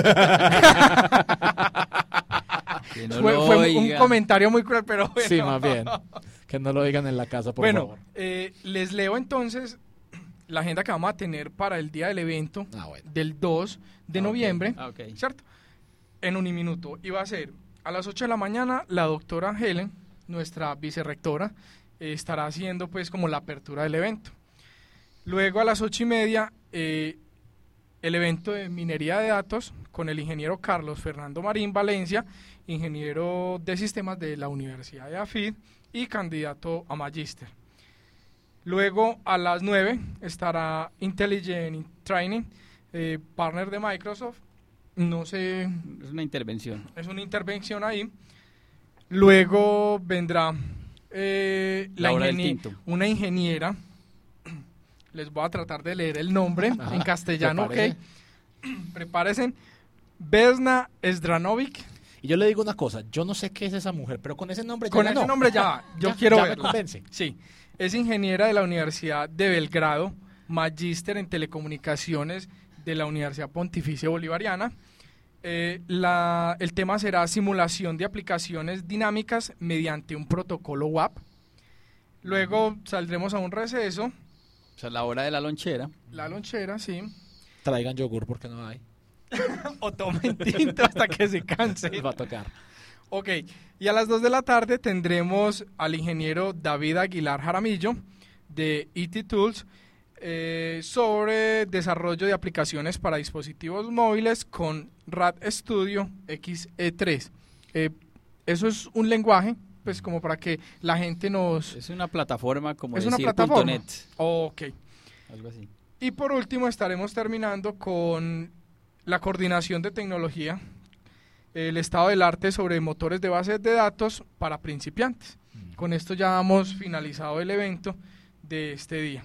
Speaker 1: Que no
Speaker 2: fue
Speaker 1: lo
Speaker 2: fue un
Speaker 1: oiga.
Speaker 2: comentario muy cruel, pero bueno.
Speaker 3: Sí, más bien. Que no lo digan en la casa, por
Speaker 2: bueno,
Speaker 3: favor.
Speaker 2: eh, les leo entonces la agenda que vamos a tener para el día del evento
Speaker 3: Ah, bueno.
Speaker 2: del dos de
Speaker 1: Ah, ok.
Speaker 2: noviembre,
Speaker 1: Ah, ok.
Speaker 2: ¿cierto? En un minuto. Y va a ser a las ocho de la mañana la doctora Helen, nuestra vicerrectora, eh, estará haciendo pues como la apertura del evento. Luego a las ocho y media eh, el evento de minería de datos con el ingeniero Carlos Fernando Marín Valencia, ingeniero de sistemas de la Universidad de AFID y candidato a magíster. Luego a las nueve estará Intelligent Training, eh, partner de Microsoft. No sé,
Speaker 1: Es una intervención.
Speaker 2: es una intervención ahí. Luego vendrá eh, la
Speaker 1: Laura del
Speaker 2: ingenie-
Speaker 1: Tinto.
Speaker 2: una ingeniera. Les voy a tratar de leer el nombre
Speaker 3: Ajá,
Speaker 2: en castellano,
Speaker 3: ¿te
Speaker 2: ok. Prepárense. Vesna Zdranovic.
Speaker 3: Y yo le digo una cosa, yo no sé qué es esa mujer, pero con ese nombre ya
Speaker 2: Con
Speaker 3: ganó.
Speaker 2: ese nombre ya, yo
Speaker 3: Ya-
Speaker 2: quiero
Speaker 3: ya me
Speaker 2: verla.
Speaker 3: convence.
Speaker 2: Sí, es ingeniera de la Universidad de Belgrado, magíster en telecomunicaciones de la Universidad Pontificia Bolivariana. Eh, la, el tema será simulación de aplicaciones dinámicas mediante un protocolo W A P. Luego saldremos a un receso,
Speaker 1: O sea, la hora de la lonchera.
Speaker 2: la lonchera, sí,
Speaker 3: Traigan yogur porque no hay.
Speaker 2: o tomen tinto hasta que se canse.
Speaker 3: Les va a tocar.
Speaker 2: Ok, y a las dos de la tarde tendremos al ingeniero David Aguilar Jaramillo de E T Tools eh, sobre desarrollo de aplicaciones para dispositivos móviles con R A D Studio X E tres. Eh, eso es un lenguaje, pues como para que la gente nos...
Speaker 1: Es una plataforma como
Speaker 2: Es una
Speaker 1: decir
Speaker 2: plataforma.
Speaker 1: .net,
Speaker 2: Ok.
Speaker 1: algo así.
Speaker 2: Y por último estaremos terminando con la coordinación de tecnología, el estado del arte sobre motores de bases de datos para principiantes. Con esto ya hemos finalizado el evento de este día.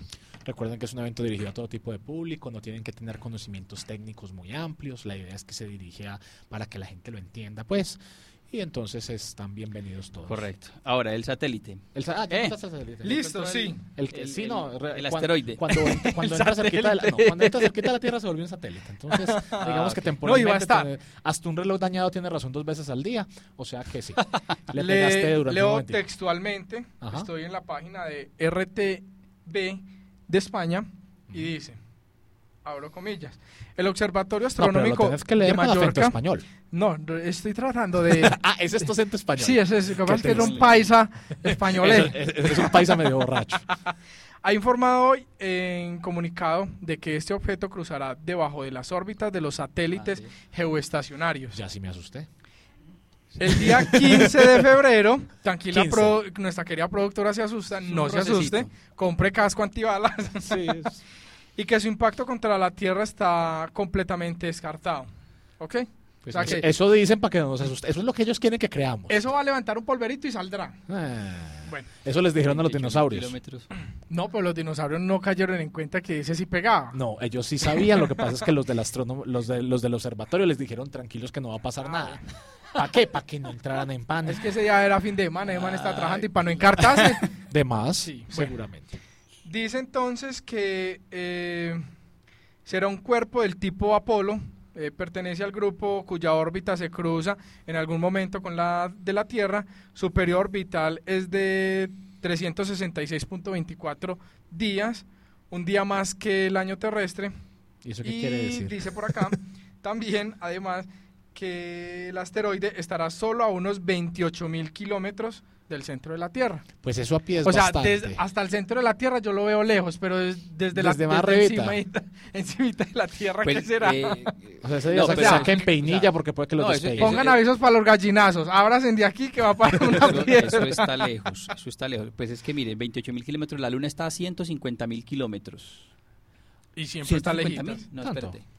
Speaker 3: Recuerden que es un evento dirigido a todo tipo de público, no tienen que tener conocimientos técnicos muy amplios, la idea es que se dirige a, para que la gente lo entienda, pues, y entonces están bienvenidos todos.
Speaker 1: Correcto. Ahora, el satélite.
Speaker 3: El, sa- ah, ¿ya
Speaker 1: Eh,
Speaker 3: está el satélite?
Speaker 2: Listo, sí.
Speaker 3: El,
Speaker 1: El-
Speaker 3: sí,
Speaker 1: el-
Speaker 3: no, re-
Speaker 1: el
Speaker 3: cuan-
Speaker 1: asteroide.
Speaker 3: Cuando, ent- cuando
Speaker 2: El
Speaker 3: entra cerquita de la, no,
Speaker 2: satélite.
Speaker 3: cuando entra cerquita de la Tierra se vuelve un satélite. Entonces, digamos que
Speaker 1: ok.
Speaker 3: temporalmente
Speaker 2: No, y va a estar.
Speaker 3: tiene- hasta un reloj dañado tiene razón dos veces al día. O sea que sí. Le
Speaker 2: Le-
Speaker 3: pegaste durante un
Speaker 2: leo
Speaker 3: momentito.
Speaker 2: textualmente,
Speaker 3: Ajá.
Speaker 2: estoy en la página de R T B de España y dice, abro comillas, el Observatorio
Speaker 3: No, pero lo
Speaker 2: Astronómico
Speaker 3: tenés que leer
Speaker 2: de
Speaker 3: con acento
Speaker 2: Mallorca.
Speaker 3: español.
Speaker 2: No, no, estoy tratando de...
Speaker 3: Ah, ese es tu acento español.
Speaker 2: sí, ese es, capaz que
Speaker 3: Qué
Speaker 2: era un
Speaker 1: triste.
Speaker 2: paisa español.
Speaker 3: es, es- es un paisa medio borracho.
Speaker 2: Ha informado hoy en comunicado de que este objeto cruzará debajo de las órbitas de los satélites
Speaker 1: Ah, sí.
Speaker 2: geoestacionarios.
Speaker 3: Ya sí me asusté.
Speaker 2: El día quince de febrero, tranquila,
Speaker 3: quince.
Speaker 2: pro- nuestra querida productora se asusta,
Speaker 1: Es un
Speaker 2: no se
Speaker 1: rocecito.
Speaker 2: asuste, compre casco antibalas
Speaker 3: Sí, es-
Speaker 2: y que su impacto contra la Tierra está completamente descartado. ¿Ok?
Speaker 3: pues
Speaker 2: O sea
Speaker 3: eso,
Speaker 2: que-
Speaker 3: eso dicen para que no nos asuste. Eso es lo que ellos quieren que creamos.
Speaker 2: Eso va a levantar un polverito y saldrá.
Speaker 3: Ah,
Speaker 2: Bueno,
Speaker 3: eso les dijeron a los
Speaker 1: veintiocho mil
Speaker 3: dinosaurios.
Speaker 1: kilómetros.
Speaker 2: no, pero los dinosaurios no cayeron en cuenta que ese sí pegaba.
Speaker 3: No, ellos sí sabían. Lo que pasa es que los del astrónomo, los, de, los del observatorio les dijeron tranquilos que no va a pasar nada. ¿Para qué? Para que no entraran en
Speaker 2: Es
Speaker 3: pánico.
Speaker 2: que ese ya era fin de semana, ese man está trabajando y para no encartarse.
Speaker 3: De más,
Speaker 2: Sí, bueno.
Speaker 3: seguramente.
Speaker 2: Dice entonces que eh, será un cuerpo del tipo Apolo, eh, pertenece al grupo cuya órbita se cruza en algún momento con la de la Tierra, su periodo orbital es de trescientos sesenta y seis punto veinticuatro días, un día más que el año terrestre.
Speaker 3: ¿Y eso qué
Speaker 2: Y
Speaker 3: quiere decir?
Speaker 2: dice por acá también, además, que el asteroide estará solo a unos veintiocho mil kilómetros del centro de la Tierra.
Speaker 3: Pues eso a pie es
Speaker 2: O sea,
Speaker 3: bastante.
Speaker 2: desde- hasta el centro de la Tierra yo lo veo lejos, pero des- desde, la
Speaker 3: Desde más
Speaker 2: desde
Speaker 3: arribita.
Speaker 2: encimita, encimita de la Tierra,
Speaker 1: Pues,
Speaker 2: ¿qué será?
Speaker 1: eh,
Speaker 3: O sea, ese día
Speaker 1: No,
Speaker 3: sa-
Speaker 1: pero-
Speaker 3: saquen peinilla
Speaker 1: o sea,
Speaker 3: porque puede que los
Speaker 1: no, eso-
Speaker 3: despeguen.
Speaker 1: eso-
Speaker 2: Pongan avisos para los gallinazos, ábrasen de aquí que va para una
Speaker 1: Eso,
Speaker 2: piedra.
Speaker 1: eso está lejos, eso está lejos. Pues es que miren, veintiocho mil kilómetros, la Luna está a ciento cincuenta mil kilómetros.
Speaker 2: Y siempre está
Speaker 1: ¿ciento cincuenta
Speaker 2: lejitas.
Speaker 1: mil? No,
Speaker 3: ¿Tanto?
Speaker 1: espérate.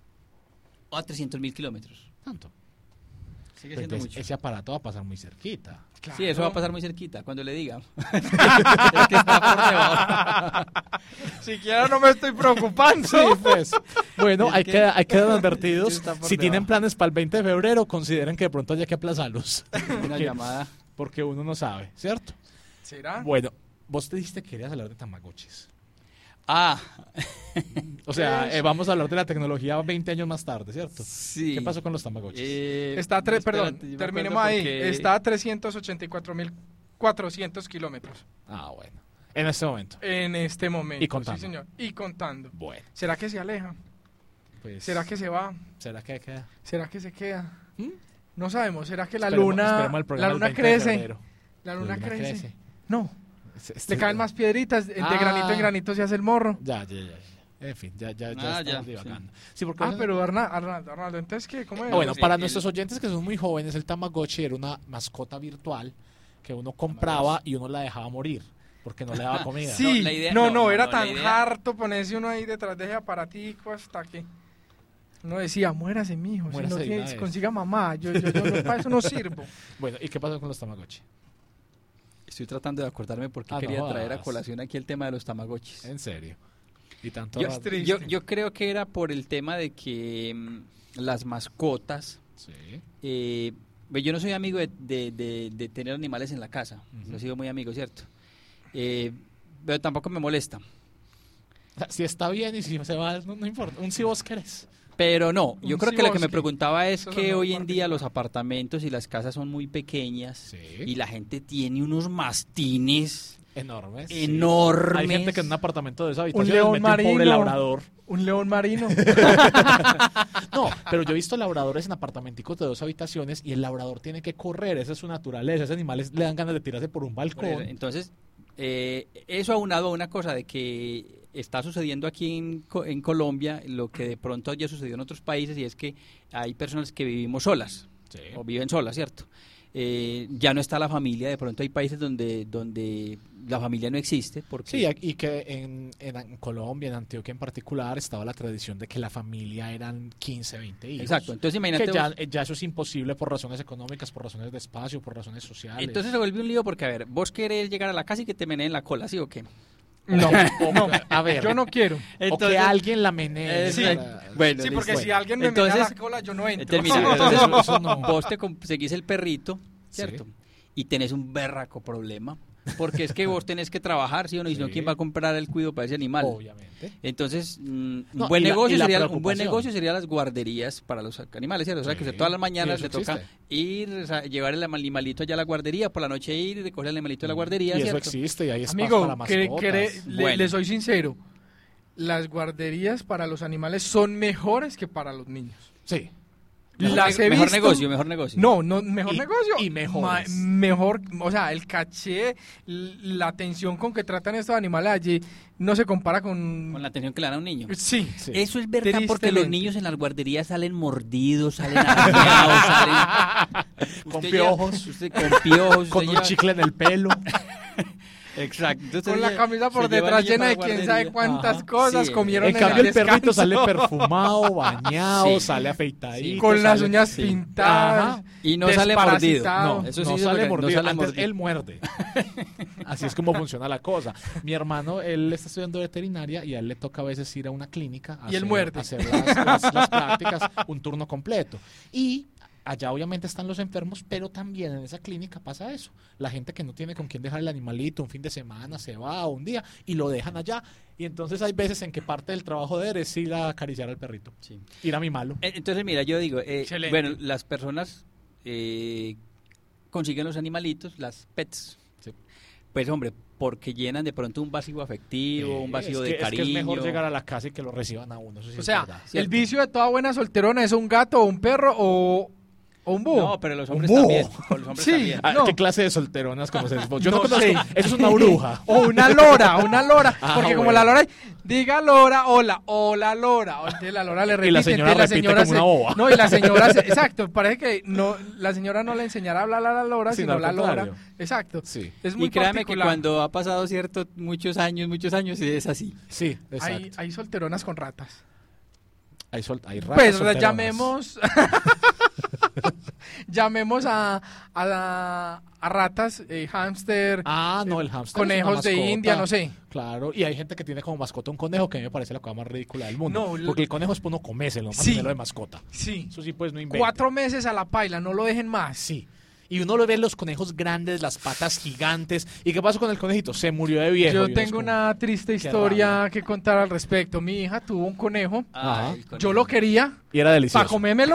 Speaker 1: O a trescientos mil kilómetros.
Speaker 3: Tanto.
Speaker 1: Sigue
Speaker 3: Pues
Speaker 1: siendo
Speaker 3: entonces,
Speaker 1: mucho.
Speaker 3: ese aparato va a pasar muy cerquita.
Speaker 1: Sí, eso va a pasar muy cerquita, cuando le diga. Es que está por debajo.
Speaker 2: Siquiera no me estoy preocupando.
Speaker 3: Sí, pues. Bueno,
Speaker 1: Es
Speaker 3: hay
Speaker 1: que-
Speaker 3: que, hay quedan
Speaker 1: es
Speaker 3: advertidos.
Speaker 1: que está por
Speaker 3: Si tienen
Speaker 1: debajo.
Speaker 3: planes para el veinte de febrero, consideren que de pronto haya que aplazarlos.
Speaker 1: Una
Speaker 3: ¿Qué?
Speaker 1: llamada.
Speaker 3: Porque uno no sabe, ¿cierto?
Speaker 2: ¿Será?
Speaker 3: Bueno, vos te dijiste que querías hablar de Tamagotchis.
Speaker 1: Ah,
Speaker 3: O sea,
Speaker 2: Es-
Speaker 3: eh, vamos a hablar de la tecnología veinte años más tarde, ¿cierto?
Speaker 1: sí.
Speaker 3: ¿Qué pasó con los Tamagotchis?
Speaker 1: Eh,
Speaker 2: Está a tres,
Speaker 1: espérate,
Speaker 2: perdón,
Speaker 1: yo me
Speaker 2: terminemos
Speaker 1: acuerdo
Speaker 2: ahí.
Speaker 1: porque-
Speaker 2: Está a trescientos ochenta y cuatro mil cuatrocientos kilómetros
Speaker 3: Ah, bueno. En este momento.
Speaker 2: en este momento.
Speaker 3: Y contando.
Speaker 2: Sí, señor. Y contando.
Speaker 3: Bueno,
Speaker 2: ¿Será que se aleja?
Speaker 3: pues.
Speaker 2: ¿Será que se va?
Speaker 3: ¿Será que queda?
Speaker 2: ¿Será que se queda?
Speaker 3: ¿Mm?
Speaker 2: No sabemos. ¿Será que la
Speaker 3: Esperemos-
Speaker 2: luna,
Speaker 3: esperemos el
Speaker 2: la
Speaker 3: programa del
Speaker 2: luna
Speaker 3: veinte de
Speaker 2: crece?
Speaker 3: febrero.
Speaker 2: La luna,
Speaker 3: La luna
Speaker 2: crece.
Speaker 3: crece.
Speaker 2: No.
Speaker 3: Este- este-
Speaker 2: Le caen más piedritas. De
Speaker 3: Ah.
Speaker 2: granito en granito se hace el morro.
Speaker 3: Ya, ya, ya. ya. En fin, ya, ya, ya
Speaker 1: Ah,
Speaker 3: estamos
Speaker 1: ya,
Speaker 3: divagando. Sí, porque
Speaker 2: Ah, pero Arna- Arnaldo, Arnaldo, entonces, ¿qué? ¿Cómo es?
Speaker 3: Ah, bueno,
Speaker 1: Sí,
Speaker 3: para
Speaker 1: el-
Speaker 3: nuestros oyentes que son muy jóvenes, el Tamagotchi era una mascota virtual que uno compraba y uno la dejaba morir porque no le daba comida.
Speaker 2: Sí,
Speaker 1: No, la idea-
Speaker 2: no,
Speaker 1: no,
Speaker 2: no,
Speaker 1: no,
Speaker 2: era
Speaker 1: no, la
Speaker 2: tan
Speaker 1: idea-
Speaker 2: harto ponerse uno ahí detrás de ese aparatico hasta que uno decía, muérase, mijo, si
Speaker 3: Muérase
Speaker 2: no
Speaker 3: de
Speaker 2: tiene,
Speaker 3: una vez".
Speaker 2: consiga mamá, yo, yo, yo no- para eso no sirvo.
Speaker 3: Bueno, ¿y qué pasó con los Tamagotchi?
Speaker 1: Estoy tratando de acordarme por qué
Speaker 3: Ah, no
Speaker 1: quería traer a
Speaker 3: jodas.
Speaker 1: colación aquí el tema de los tamagotchis.
Speaker 3: En serio. Y tanto
Speaker 1: Yo,
Speaker 3: rato-
Speaker 2: triste.
Speaker 1: yo, yo creo que era por el tema de que mm, las mascotas,
Speaker 3: Sí.
Speaker 1: eh, ve, yo no soy amigo de, de- de- de tener animales en la casa,
Speaker 3: Ujú.
Speaker 1: no he sido muy amigo, ¿cierto? Eh, pero tampoco me molesta.
Speaker 3: O sea, si está bien y si se va, no, no importa. Un si vos querés.
Speaker 1: Pero no, yo
Speaker 2: Un
Speaker 1: creo que lo que me
Speaker 2: cibosque.
Speaker 1: preguntaba es
Speaker 2: Eso
Speaker 1: que
Speaker 2: sonó
Speaker 1: hoy en día
Speaker 2: particular.
Speaker 1: los apartamentos y las casas son muy pequeñas
Speaker 3: Sí.
Speaker 1: y la gente tiene unos mastines
Speaker 3: Enormes. sí.
Speaker 1: enormes.
Speaker 3: Hay gente que en un apartamento de esa habitación
Speaker 2: león
Speaker 3: mete un pobre
Speaker 2: marino.
Speaker 3: labrador.
Speaker 2: Un león marino.
Speaker 3: No, pero yo he visto labradores en apartamenticos de dos habitaciones y el labrador tiene que correr, esa es su naturaleza, esos animales le dan ganas de tirarse por un
Speaker 1: Por eso,
Speaker 3: balcón.
Speaker 1: Entonces, eh, eso aunado a una cosa de que está sucediendo aquí en, Co- en Colombia, lo que de pronto ya sucedió en otros países, y es que hay personas que vivimos solas,
Speaker 3: Sí.
Speaker 1: o viven solas, ¿cierto? Eh, ya no está la familia, de pronto hay países donde, donde la familia no existe, porque
Speaker 3: Sí, y que en, en Colombia, en Antioquia en particular, estaba la tradición de que la familia eran quince, veinte hijos.
Speaker 1: exacto, entonces imagínate
Speaker 3: Que ya,
Speaker 1: vos-
Speaker 3: eh, ya eso es imposible por razones económicas, por razones de espacio, por razones sociales.
Speaker 1: entonces se vuelve un lío porque, a ver, vos querés llegar a la casa y que te meneen la cola, ¿sí o qué?
Speaker 2: No, no,
Speaker 3: A ver,
Speaker 2: yo no quiero.
Speaker 3: o
Speaker 1: Entonces-
Speaker 3: que alguien la menee.
Speaker 1: Sí.
Speaker 3: para-
Speaker 1: Bueno,
Speaker 2: Sí, porque
Speaker 1: listo.
Speaker 2: si alguien me
Speaker 1: Entonces-
Speaker 2: mete a la cola, yo no entro.
Speaker 1: Termina. Entonces, eso no. Vos te conseguís el perrito, ¿cierto?
Speaker 3: Sí.
Speaker 1: Y tenés un berraco problema. Porque es que vos tenés que trabajar, ¿sí o no? Y si no,
Speaker 3: Sí.
Speaker 1: ¿quién va a comprar el cuidado para ese animal?
Speaker 3: Obviamente.
Speaker 1: Entonces, mm, un,
Speaker 3: No,
Speaker 1: buen
Speaker 3: y la-
Speaker 1: negocio
Speaker 3: y la
Speaker 1: sería, un buen
Speaker 3: preocupación.
Speaker 1: negocio sería las guarderías para los animales, ¿cierto? O sea, que
Speaker 3: Sí,
Speaker 1: todas las mañanas
Speaker 3: y
Speaker 1: le
Speaker 3: eso
Speaker 1: toca
Speaker 3: existe.
Speaker 1: ir, o sea, llevar el animalito allá a la guardería, por la noche ir y recoger el animalito de la guardería,
Speaker 3: Y eso
Speaker 1: ¿cierto?
Speaker 3: existe y hay espacio
Speaker 2: Amigo,
Speaker 3: para
Speaker 2: que-
Speaker 3: mascotas.
Speaker 2: que- le,
Speaker 1: Bueno.
Speaker 2: le soy sincero. Las guarderías para los animales son mejores que para los niños.
Speaker 3: Sí.
Speaker 2: Las he
Speaker 1: mejor
Speaker 2: visto-
Speaker 1: negocio, mejor negocio.
Speaker 2: No, no, mejor
Speaker 3: Y-
Speaker 2: negocio.
Speaker 3: y mejores.
Speaker 2: Ma- mejor, o sea, el caché, l- la atención con que tratan estos animales allí no se compara con...
Speaker 1: Con la atención que le dan a un niño.
Speaker 2: Sí.
Speaker 3: Sí.
Speaker 1: Eso es verdad porque los
Speaker 2: Tristemente.
Speaker 1: niños en las guarderías salen mordidos, salen arañados, salen...
Speaker 3: Con
Speaker 1: Usted
Speaker 3: piojos.
Speaker 1: lleva- usted con piojos.
Speaker 3: Con
Speaker 1: usted
Speaker 3: un
Speaker 1: lleva-
Speaker 3: chicle en el pelo.
Speaker 1: Exacto. Entonces,
Speaker 2: Con la
Speaker 1: lle-
Speaker 2: camisa por
Speaker 1: se lleva
Speaker 2: detrás
Speaker 1: al niño
Speaker 2: llena de
Speaker 1: para la
Speaker 2: quién sabe
Speaker 1: guardería.
Speaker 2: cuántas
Speaker 3: Ajá.
Speaker 2: cosas
Speaker 1: Sí.
Speaker 2: comieron
Speaker 3: En
Speaker 2: en,
Speaker 3: cambio, el perrito
Speaker 2: descanso.
Speaker 3: sale perfumado, bañado,
Speaker 1: Sí.
Speaker 3: sale afeitadito.
Speaker 2: Con las
Speaker 3: sale-
Speaker 2: uñas
Speaker 1: sí.
Speaker 2: pintadas.
Speaker 3: Ajá.
Speaker 1: Y no sale mordido.
Speaker 2: desparasitado.
Speaker 3: No,
Speaker 1: Eso
Speaker 3: no
Speaker 1: sí es
Speaker 3: sale
Speaker 1: lo que- no
Speaker 3: mordido,
Speaker 1: sale
Speaker 3: antes
Speaker 1: mordido.
Speaker 3: él muerde. Así es como funciona la cosa. Mi hermano, él está estudiando veterinaria y a él le toca a veces ir a una clínica a
Speaker 2: Y él
Speaker 3: hacer,
Speaker 2: muerde.
Speaker 3: a hacer las, las- las prácticas, un turno completo. Y allá obviamente están los enfermos, pero también en esa clínica pasa eso. La gente que no tiene con quién dejar el animalito un fin de semana se va o un día y lo dejan allá. Y entonces hay veces en que parte del trabajo de él es ir a acariciar al perrito,
Speaker 1: Sí.
Speaker 3: ir a mimarlo.
Speaker 1: Eh, Entonces, mira, yo digo, eh,
Speaker 2: Excelente.
Speaker 1: bueno, las personas eh, consiguen los animalitos, las pets.
Speaker 3: Sí.
Speaker 1: Pues, hombre, porque llenan de pronto un vacío afectivo, un vacío
Speaker 3: es
Speaker 1: de
Speaker 3: que,
Speaker 1: cariño.
Speaker 3: Es que es mejor llegar a la casa y que lo reciban a uno. Eso sí
Speaker 2: O
Speaker 3: es
Speaker 2: sea,
Speaker 3: verdad.
Speaker 2: el
Speaker 1: ¿cierto?
Speaker 2: vicio de toda buena solterona es un gato o un perro o, o un búho.
Speaker 1: No, pero los hombres
Speaker 3: búho.
Speaker 1: también. Con los hombres
Speaker 2: Sí.
Speaker 1: también.
Speaker 3: Ah,
Speaker 2: No.
Speaker 3: ¿Qué clase de solteronas conoces vos? Yo no,
Speaker 2: No
Speaker 3: conozco.
Speaker 2: sé.
Speaker 3: Eso es una bruja.
Speaker 2: O una lora, una lora.
Speaker 3: Ah,
Speaker 2: porque como
Speaker 3: bueno.
Speaker 2: la lora, diga lora, hola, hola lora. Entonces la lora le repite.
Speaker 3: Y la señora
Speaker 2: entonces
Speaker 3: repite como una boba.
Speaker 2: No, y la señora, se- exacto, parece que no, la señora no le enseñará a hablar a la lora,
Speaker 3: Sino
Speaker 2: sino
Speaker 3: al
Speaker 2: la lora.
Speaker 3: contrario.
Speaker 2: Exacto.
Speaker 3: Sí,
Speaker 2: Es muy
Speaker 1: Y créame que
Speaker 2: particular.
Speaker 1: cuando ha pasado cierto muchos años, muchos años, es así.
Speaker 3: sí, exacto.
Speaker 2: Hay, hay solteronas con ratas.
Speaker 3: Hay, sol- hay ratas
Speaker 2: Pues
Speaker 3: solteronas.
Speaker 2: llamemos llamemos a, a, la- a ratas, eh, hámster,
Speaker 3: Ah, no, el hámster.
Speaker 2: conejos
Speaker 3: es una
Speaker 2: de
Speaker 3: mascota.
Speaker 2: India, no sé.
Speaker 3: Claro, y hay gente que tiene como mascota un conejo que a mí me parece la cosa más ridícula del mundo.
Speaker 2: No, l-
Speaker 3: porque el conejo es para uno comérselo, no para
Speaker 2: Sí.
Speaker 3: tenerlo de mascota.
Speaker 2: Sí.
Speaker 3: Eso sí, pues no inventa.
Speaker 2: Cuatro meses a la paila, no lo dejen más.
Speaker 3: Sí. Y uno lo ve los conejos grandes, las patas gigantes. ¿Y qué pasó con el conejito? Se murió de viejo.
Speaker 2: Yo
Speaker 3: y uno es
Speaker 2: tengo
Speaker 3: como,
Speaker 2: una triste historia que contar al respecto. Mi hija tuvo un conejo.
Speaker 3: Ajá.
Speaker 1: Ay, con-
Speaker 2: Yo lo quería
Speaker 3: Y era delicioso.
Speaker 2: para comérmelo.